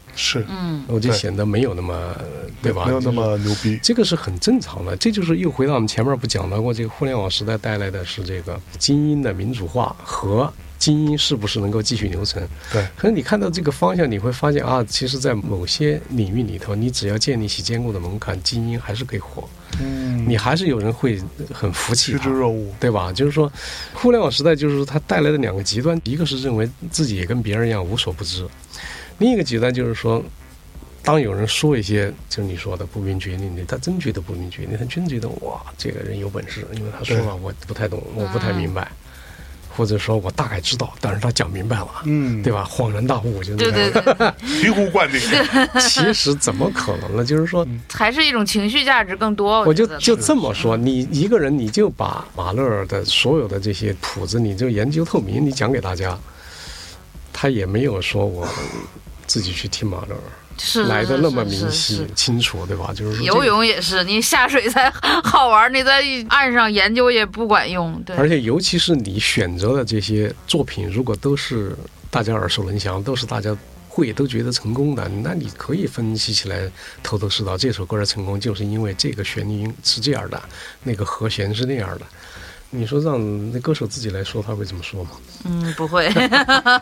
是， 嗯， 我就显得没有那么，对吧？ 没有那么牛逼。 这个是很正常的，这就是又回到我们前面不讲到过，这个互联网时代带来的是这个精英的民主化和精英是不是能够继续留存？ 对， 可是你看到这个方向，你会发现啊，其实，在某些领域里头，你只要建立起坚固的门槛，精英还是可以活。 嗯， 你还是有人会很服气， 趋之若鹜， 对吧？就是说，互联网时代就是说它带来的两个极端，一个是认为自己也跟别人一样无所不知，另一个极端就是说，当有人说一些就是你说的不明觉厉，他真觉得不明觉厉，他真觉得哇，这个人有本事，因为他说了我不太懂，我不太明白。或者说我大概知道，但是他讲明白了，嗯，对吧？恍然大悟，就对对对， 醍醐灌顶。 其实怎么可能呢？就是说， 还是一种情绪价值更多。 我就就这么说，你一个人你就把马勒的所有的这些谱子，你就研究透明，你讲给大家，他也没有说我自己去听马勒。 是来的那么明晰清楚，对吧？就是说游泳也是，你下水才好玩，你在岸上研究也不管用。对， 而且尤其是你选择的这些作品，如果都是大家耳熟能详，都是大家会都觉得成功的，那你可以分析起来，头头是道。这首歌的成功就是因为这个旋律是这样的，那个和弦是那样的。你说让那歌手自己来说，他会这么说吗？ 嗯，不会。 对，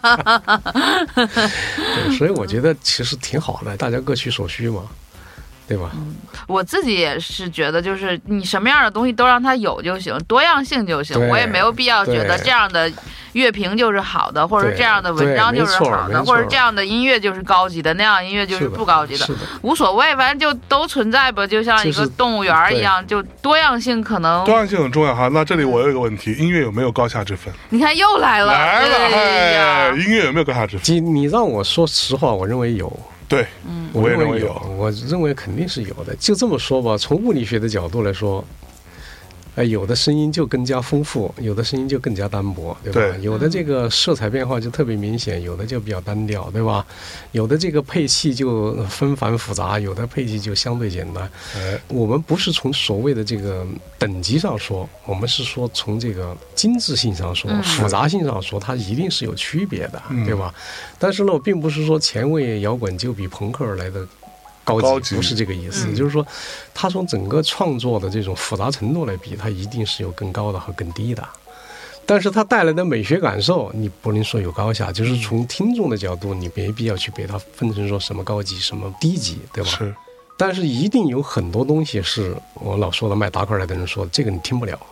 所以我觉得其实挺好的，大家各取所需嘛，对吧？ 嗯，我自己也是觉得，就是你什么样的东西都让它有就行，多样性就行。我也没有必要觉得这样的乐评就是好的，或者这样的文章就是好的，或者这样的音乐就是高级的，那样音乐就是不高级的， 是的， 无所谓，反正就都存在吧，就像一个动物园一样，就多样性可能多样性很重要哈。那这里我有一个问题，音乐有没有高下之分？ 你看又来了， 来了，哎，音乐有没有高下之分？ 你你让我说实话，我认为有。 对， 嗯， 我也认为有，我认为肯定是有的。就这么说吧，从物理学的角度来说，呃，有的声音就更加丰富，有的声音就更加单薄，对吧？对，有的这个色彩变化就特别明显，有的就比较单调，对吧？有的这个配器就纷繁复杂，有的配器就相对简单。哎，我们不是从所谓的这个等级上说，我们是说从这个精致性上说、嗯、复杂性上说，它一定是有区别的，嗯、对吧？但是呢，我并不是说前卫摇滚就比朋克来的高级，高级不是这个意思，嗯、就是说，它从整个创作的这种复杂程度来比，它一定是有更高的和更低的。但是它带来的美学感受，你不能说有高下，就是从听众的角度，你没必要去给它分成说什么高级、什么低级，对吧？ 是。 但是一定有很多东西是我老说的卖大块来的人说，这个你听不了。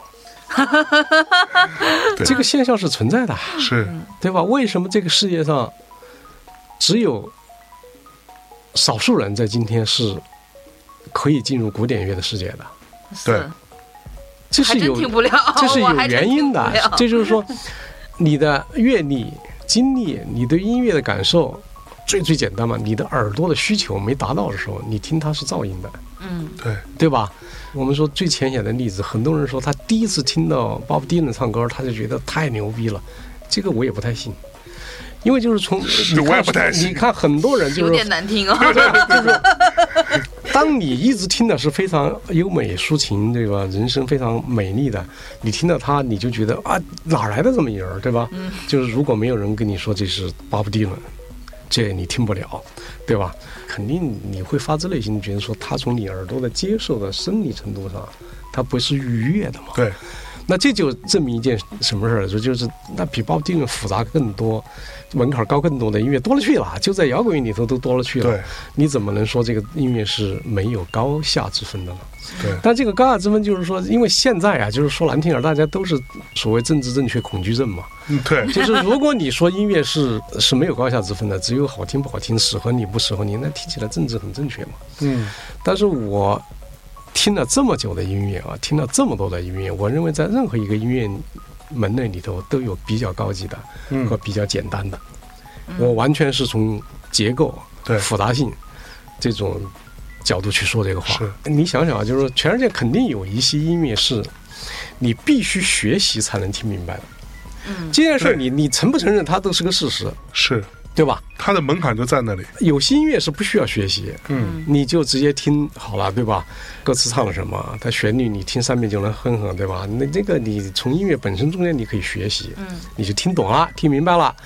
这个现象是存在的， 是， 对吧？为什么这个世界上只有少数人在今天是可以进入古典乐的世界的？ 对， 这是有这是有原因的。这就是说，你的阅历、经历，你对音乐的感受，最最简单嘛，你的耳朵的需求没达到的时候，你听它是噪音的。 嗯， 对， 对吧？我们说最浅显的例子，很多人说他第一次听到鲍勃迪伦唱歌，他就觉得太牛逼了，这个我也不太信。因为就是从你看， 你看很多人就是有点难听哦。 就是当你一直听的是非常优美抒情，对吧？人生非常美丽的，你听到它，你就觉得啊，哪来的这么一人，对吧？嗯。就是如果没有人跟你说这是鲍勃迪伦，这你听不了，对吧？肯定你会发自内心觉得说，他从你耳朵的接受的生理程度上，他不是愉悦的嘛？ 对。 那这就证明一件什么事儿？说就是那比鲍勃迪伦复杂更多、门槛高更多的音乐多了去了，就在摇滚乐里头都多了去了。 对， 你怎么能说这个音乐是没有高下之分的呢？ 对。 但这个高下之分就是说，因为现在啊，就是说难听点，大家都是所谓政治正确恐惧症嘛。 嗯，对。 就是如果你说音乐是是没有高下之分的，只有好听不好听，适合你不适合你，那听起来政治很正确嘛。 嗯。 但是我听了这么久的音乐啊，听了这么多的音乐，我认为在任何一个音乐门类里头都有比较高级的和比较简单的。嗯、我完全是从结构、复杂性这种角度去说这个话。你想想啊，就是说全世界肯定有一些音乐是你必须学习才能听明白的。嗯，这件事你你承不承认，它都是个事实。 是。 对吧？ 它的门槛就在那里。 有些音乐是不需要学习， 嗯， 你就直接听好了，对吧？歌词唱了什么，它旋律你听三遍就能哼哼，对吧？那这个你从音乐本身中间你可以学习，嗯，你就听懂了，听明白了。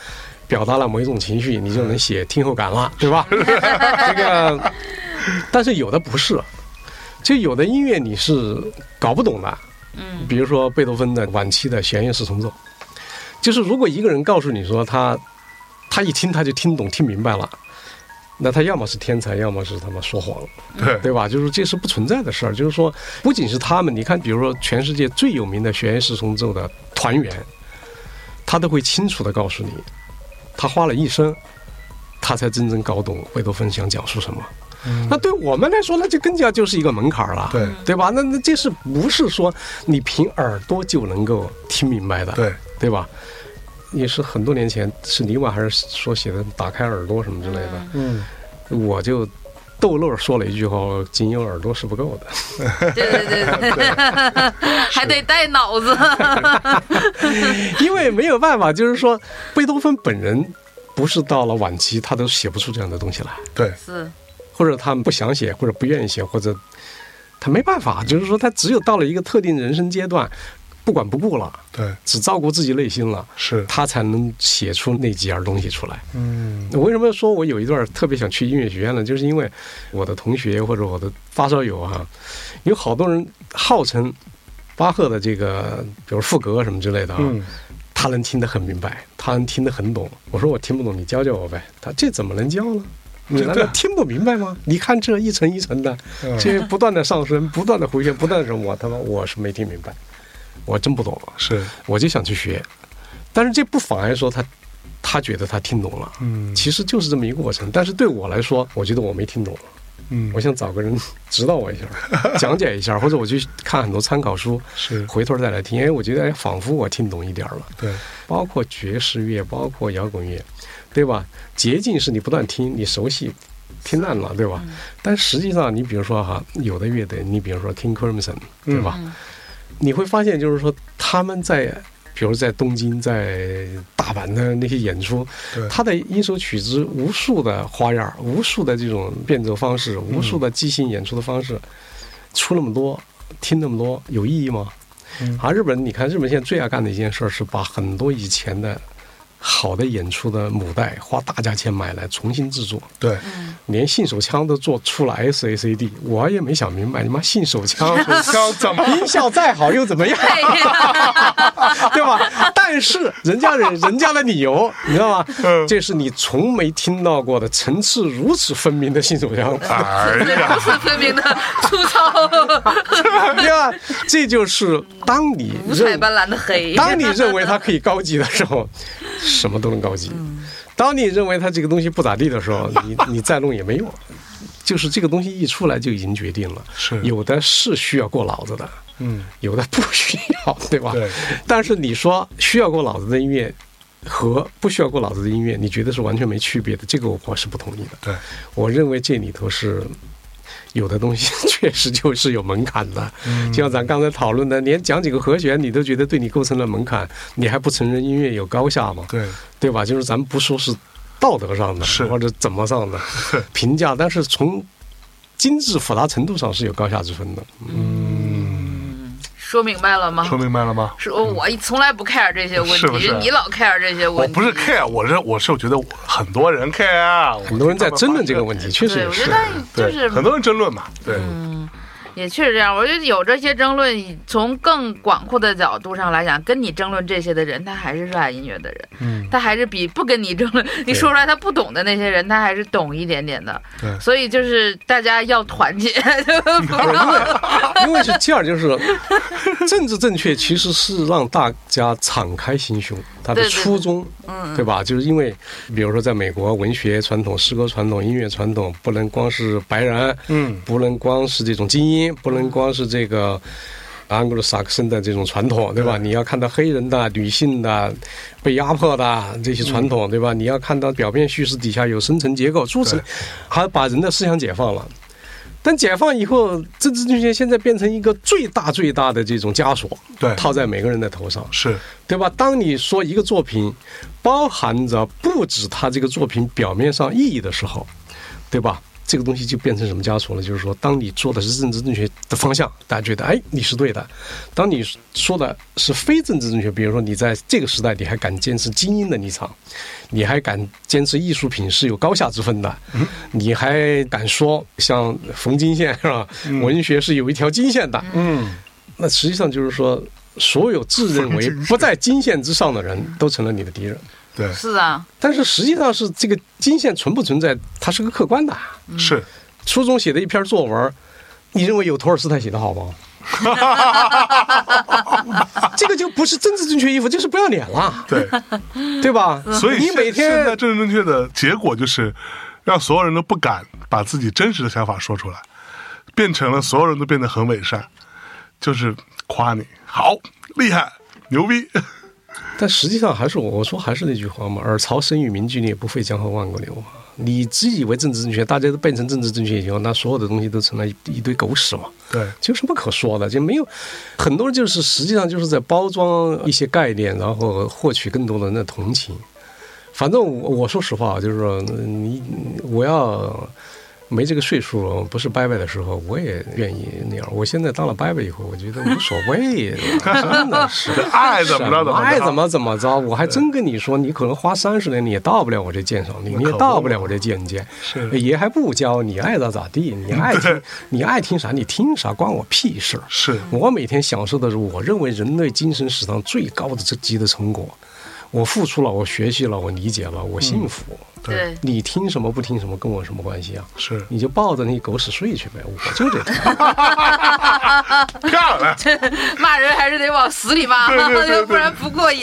表达了某一种情绪，你就能写听后感了，对吧？这个，但是有的不是，就有的音乐你是搞不懂的。嗯，比如说贝多芬的晚期的弦乐四重奏，就是如果一个人告诉你说他他一听他就听懂听明白了，那他要么是天才，要么是他妈说谎， 对对吧？就是这是不存在的事儿。就是说，不仅是他们，你看，比如说全世界最有名的弦乐四重奏的团员，他都会清楚地告诉你，他花了一生，他才真正搞懂贝多芬想讲述什么。嗯、那对我们来说，那就更加就是一个门槛了， 对对吧？那那这是不是说你凭耳朵就能够听明白的？ 对对吧？也是很多年前，是李婉还是说写的打开耳朵什么之类的。嗯，我就逗乐说了一句话：仅有耳朵是不够的。 对对对对，还得带脑子。 因为没有办法，就是说，贝多芬本人不是到了晚期他都写不出这样的东西来。 对， 是， 或者他不想写，或者不愿意写，或者他没办法，就是说他只有到了一个特定人生阶段。不管不顾了， 对， 只照顾自己内心了， 是他才能写出那几样东西出来。 嗯， 我为什么说我有一段特别想去音乐学院呢？就是因为我的同学或者我的发烧友哈、啊，有好多人号称巴赫的这个，比如赋格什么之类的啊，嗯、他能听得很明白，他能听得很懂。我说我听不懂，你教教我呗。他这怎么能教呢？你难道听不明白吗？你看这一层一层的，这不断的上升，不断的回旋，不断的我他妈我是没听明白。我真不懂， 是， 我就想去学，但是这不妨碍说他，他觉得他听懂了，嗯，其实就是这么一个过程。但是对我来说，我觉得我没听懂，嗯，我想找个人指导我一下，讲解一下，或者我去看很多参考书， 是， 回头再来听，哎，我觉得哎，仿佛我听懂一点了， 对， 包括爵士乐，包括摇滚乐，对吧？捷径是你不断听，你熟悉。听烂了，对吧？嗯、但实际上，你比如说哈，有的乐队，你比如说 King Crimson， 对吧？嗯、你会发现，就是说他们在，比如在东京、在大阪的那些演出，他的一首曲子无数的花样，无数的这种变奏方式，无数的即兴演出的方式，嗯、出那么多，听那么多，有意义吗？嗯、而日本，你看日本现在最爱干的一件事是把很多以前的。好的演出的母带花大价钱买来重新制作， 对， 连信手枪都做出了 S A C D， 我也没想明白，你妈信手枪， 枪怎么音效再好又怎么样，对吧？但是人家人人家的理由，你知道吗？嗯、这是你从没听到过的层次如此分明的信手枪， 哎呀，如此分明的粗糙， 对吧？这就是当你五彩斑斓的黑， 当你认为它可以高级的时候。什么都能高级。当你认为它这个东西不咋地的时候，你你再弄也没用。就是这个东西一出来就已经决定了， 是有的是需要过脑子的， 嗯， 有的不需要，对吧？ 对。 但是你说需要过脑子的音乐和不需要过脑子的音乐，你觉得是完全没区别的，这个我是不同意的。 对， 我认为这里头是。有的东西确实就是有门槛的，嗯、就像咱刚才讨论的，连讲几个和弦你都觉得对你构成了门槛，你还不承认音乐有高下吗？ 对， 对吧？就是咱们不说是道德上的或者怎么上的评价，但是从精致复杂程度上是有高下之分的。 嗯， 说明白了吗？ 说明白了吗？ 是我从来不 care 这些问题， 是不是你老 care 这些问题。 我不是 care， 我是我是觉得很多人 care， 很多人在争论这个问题，确实也是。 我觉得就是很多人争论嘛，对。 嗯，也确实这样。我觉得有这些争论，从更广阔的角度上来讲，跟你争论这些的人，他还是热爱音乐的人，嗯，他还是比不跟你争论，你说出来他不懂的那些人，他还是懂一点点的。 对， 所以就是大家要团结， 因为因为是这样，就是政治正确其实是让大家敞开心胸，他的初衷，嗯，对吧？就是因为比如说在美国，文学传统、诗歌传统、音乐传统，不能光是白人，嗯，不能光是这种精英。不能光是这个安格鲁萨克森的这种传统，对吧？你要看到黑人的、女性的、被压迫的这些传统，对吧？你要看到表面叙事底下有深层结构，诸此，还把人的思想解放了。但解放以后，政治正确现在变成一个最大最大的这种枷锁， 对， 套在每个人的头上， 是对吧？当你说一个作品包含着不止它这个作品表面上意义的时候，对吧？ 这个东西就变成什么枷锁了？就是说，当你做的是政治正确的方向，大家觉得哎你是对的；当你说的是非政治正确，比如说你在这个时代你还敢坚持精英的立场，你还敢坚持艺术品是有高下之分的，嗯、你还敢说像冯金线是吧？嗯、文学是有一条金线的，嗯，那实际上就是说，所有自认为不在金线之上的人都成了你的敌人。 对， 是啊， 但是实际上是这个金线存不存在，它是个客观的。 是， 初中写的一篇作文，你认为有托尔斯泰写的好吗？这个就不是政治正确衣服，就是不要脸了。 对， 对吧？ 所以你每天现在政治正确的结果就是让所有人都不敢把自己真实的想法说出来，变成了所有人都变得很伪善，就是夸你好厉害牛逼。 但实际上还是我我说还是那句话嘛，尔曹生于民居，你也不废江河万国流嘛。你自以为政治正确，大家都变成政治正确以后，那所有的东西都成了一一堆狗屎嘛。 对， 就什么可说的，就没有。很多人就是实际上就是在包装一些概念，然后获取更多的人的同情。反正我我说实话，就是说你我要没这个岁数，不是伯伯的时候，我也愿意那样。我现在当了伯伯以后，我觉得无所谓，真的是爱怎么着怎么着， 爱怎么怎么着。我还真跟你说，你可能花三十年，你也到不了我这鉴赏力，你也到不了我这见解。爷还不教你爱咋咋地，你爱听你爱听啥你听啥，关我屁事。 是我每天享受的是我认为人类精神史上最高的这级的成果。我付出了，我学习了，我理解了，我幸福。嗯对， 你听什么不听什么跟我什么关系啊？ 是， 你就抱着那狗屎睡去呗，我就这样。 漂亮， 骂人还是得往死里骂，要不然不过瘾。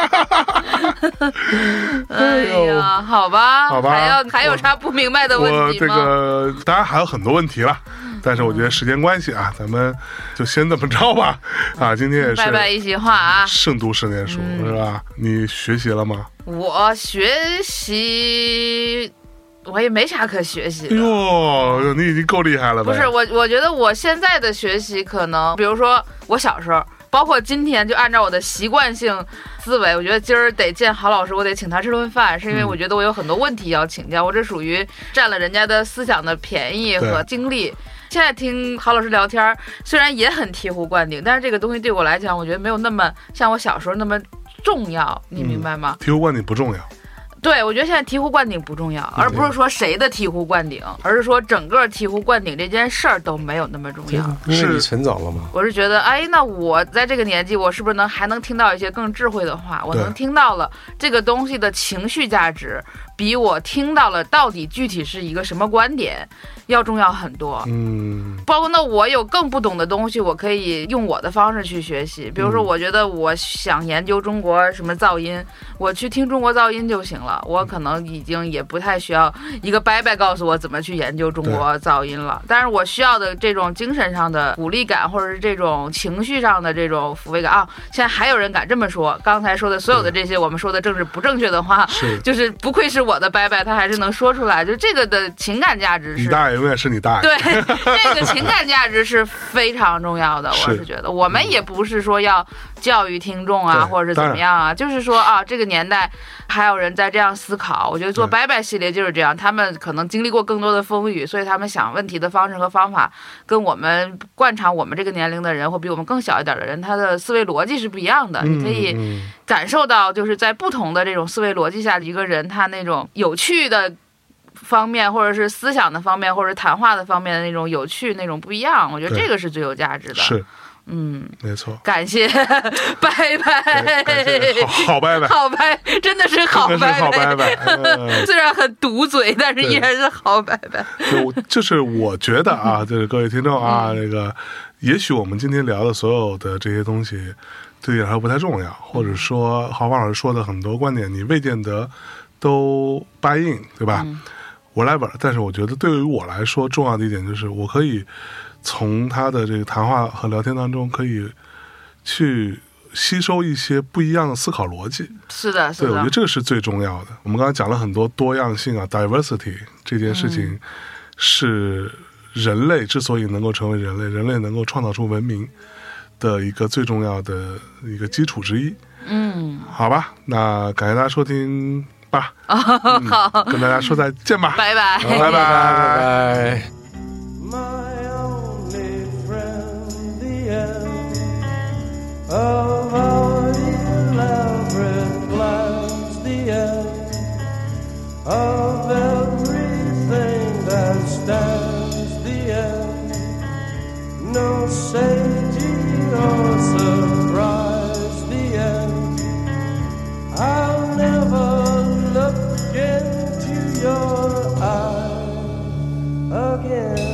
哎呀，好吧， 好吧， 还要还有啥不明白的问题吗？ 我这个当然还有很多问题了。但是我觉得时间关系啊，咱们就先这么着吧。啊，今天也是拜拜一席话啊， 胜读十年书、嗯、是吧？你学习了吗？ 我学习，我也没啥可学习的。 哟，你已经够厉害了呗。 不是我，我觉得我现在的学习可能，比如说我小时候，包括今天，就按照我的习惯性思维，我觉得今儿得见郝老师，我得请他吃顿饭，是因为我觉得我有很多问题要请教，我这属于占了人家的思想的便宜和精力。现在听郝老师聊天，虽然也很醍醐灌顶，但是这个东西对我来讲，我觉得没有那么像我小时候那么重要，你明白吗？ 嗯、醍醐灌顶不重要。 对，我觉得现在醍醐灌顶不重要，而不是说谁的醍醐灌顶，而是说整个醍醐灌顶这件事儿都没有那么重要。 因为你成长了吗？ 我是觉得，哎，那我在这个年纪，我是不是能还能听到一些更智慧的话？我能听到了这个东西的情绪价值，比我听到了到底具体是一个什么观点要重要很多。 嗯， 包括那我有更不懂的东西，我可以用我的方式去学习。比如说，我觉得我想研究中国什么噪音，我去听中国噪音就行了。我可能已经也不太需要一个伯伯告诉我怎么去研究中国噪音了，但是我需要的这种精神上的鼓励感，或者是这种情绪上的这种抚慰感啊！现在还有人敢这么说，刚才说的所有的这些我们说的政治不正确的话，就是不愧是我的伯伯，他还是能说出来，就这个的情感价值是， 你大爷永远是你大爷。 对，这个情感价值是非常重要的。我是觉得我们也不是说要教育听众啊，或者是怎么样啊，就是说啊，这个年代还有人在这样思考。我觉得做伯伯系列就是这样，他们可能经历过更多的风雨，所以他们想问题的方式和方法跟我们惯常我们这个年龄的人或比我们更小一点的人，他的思维逻辑是不一样的。你可以感受到就是在不同的这种思维逻辑下，一个人他那种有趣的方面，或者是思想的方面，或者谈话的方面的那种有趣，那种不一样，我觉得这个是最有价值的。 是， 嗯， 没错。 感谢拜拜， 好拜拜， 好拜，真的是好拜拜， 好拜拜。 嗯、虽然很堵嘴，但是依然是好拜拜。 就就是我觉得啊，就是各位听众啊，这、嗯、个也许我们今天聊的所有的这些东西，对你来说不太重要，或者说郝芳老师说的很多观点，你未见得都 buy in， 对吧？嗯whatever， 但是我觉得对于我来说重要的一点就是，我可以从他的这个谈话和聊天当中，可以去吸收一些不一样的思考逻辑。 是的，是的。 对，我觉得这个是最重要的。我们刚才讲了很多多样性啊 ，diversity 这件事情是人类之所以能够成为人类，人类能够创造出文明的一个最重要的一个基础之一。嗯，好吧，那感谢大家收听吧。 哦，好， 跟大家说再见吧， 拜拜， 拜拜， 拜拜。 My only friend, the end of our elaborate plans, the end of everything that stands, the end, no safety or surprise, the end. I'll never look into your eyes again.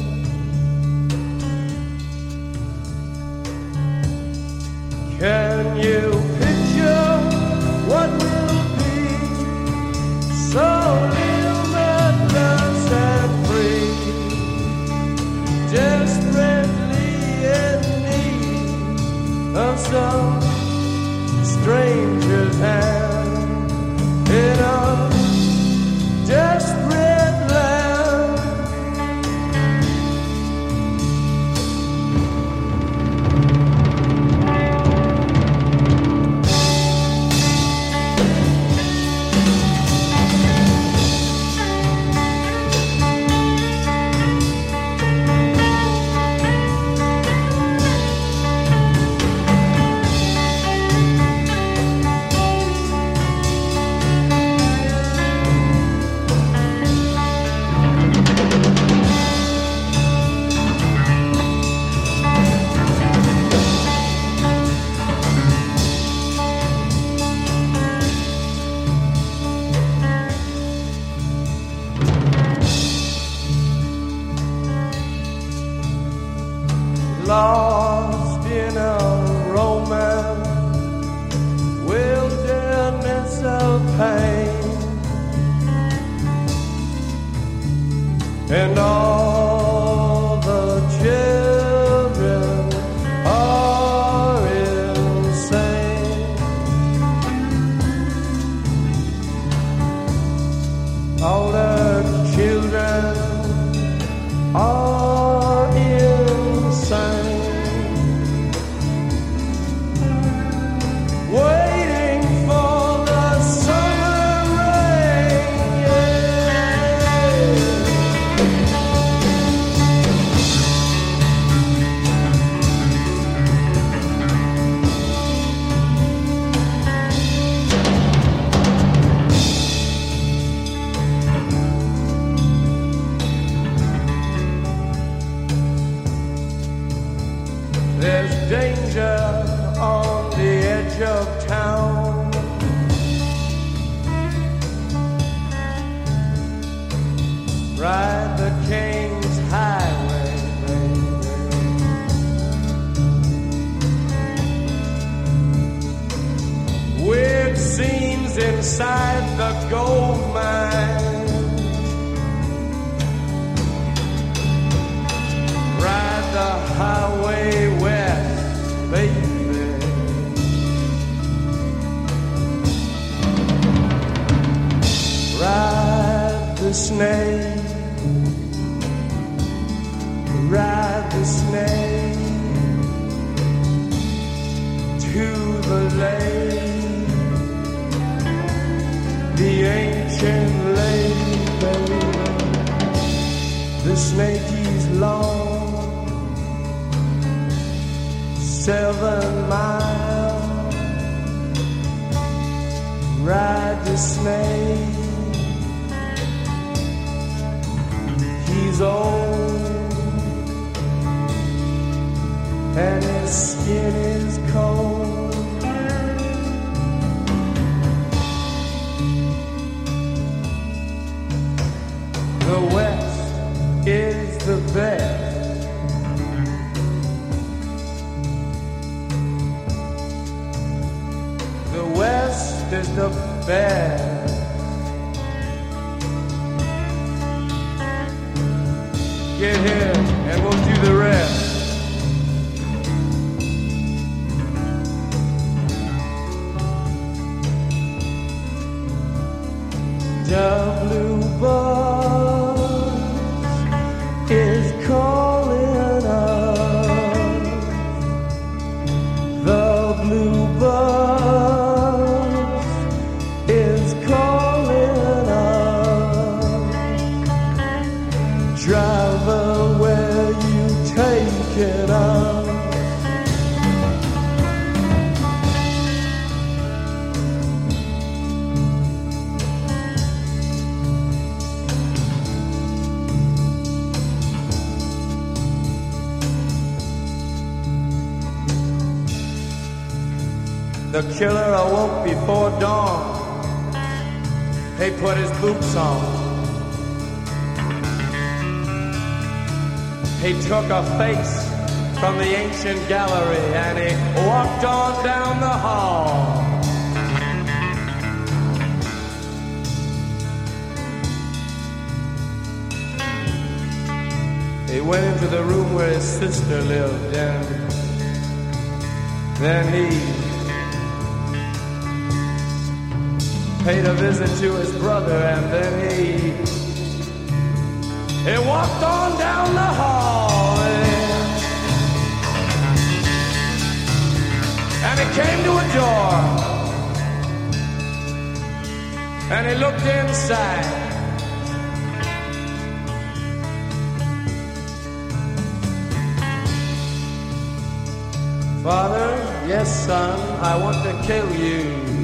Can you picture what will be so limitless and free, desperately in need of some stranger's hand in a desperate land? Lost in a romance, wilderness of pain, and all the children are insane. All the children are insane. Waiting for the summer rain, yeah. There's danger on the edge of town. Ride the King's Highway, baby. Weird scenes inside the gold mine. Ride the highway west, baby. Ride the snake, ride the snake to the lake, the ancient lake, baby. The snake is long, seven miles. Ride the snake. He's old and his skin is cold. The West is the best. The West is the best. Get here and we'll do the rest. The blue bus is calling us. The blue bus is calling. The killer awoke before dawn. He put his boots on. He took a face from the ancient gallery and he walked on down the hall. He went into the room where his sister lived, and then he paid a visit to his brother, and then he he walked on down the hall, and, and he came to a door, and he looked inside. Father, yes, son, I want to kill you.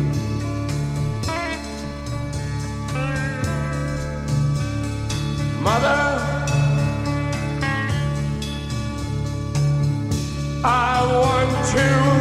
Mother, I want to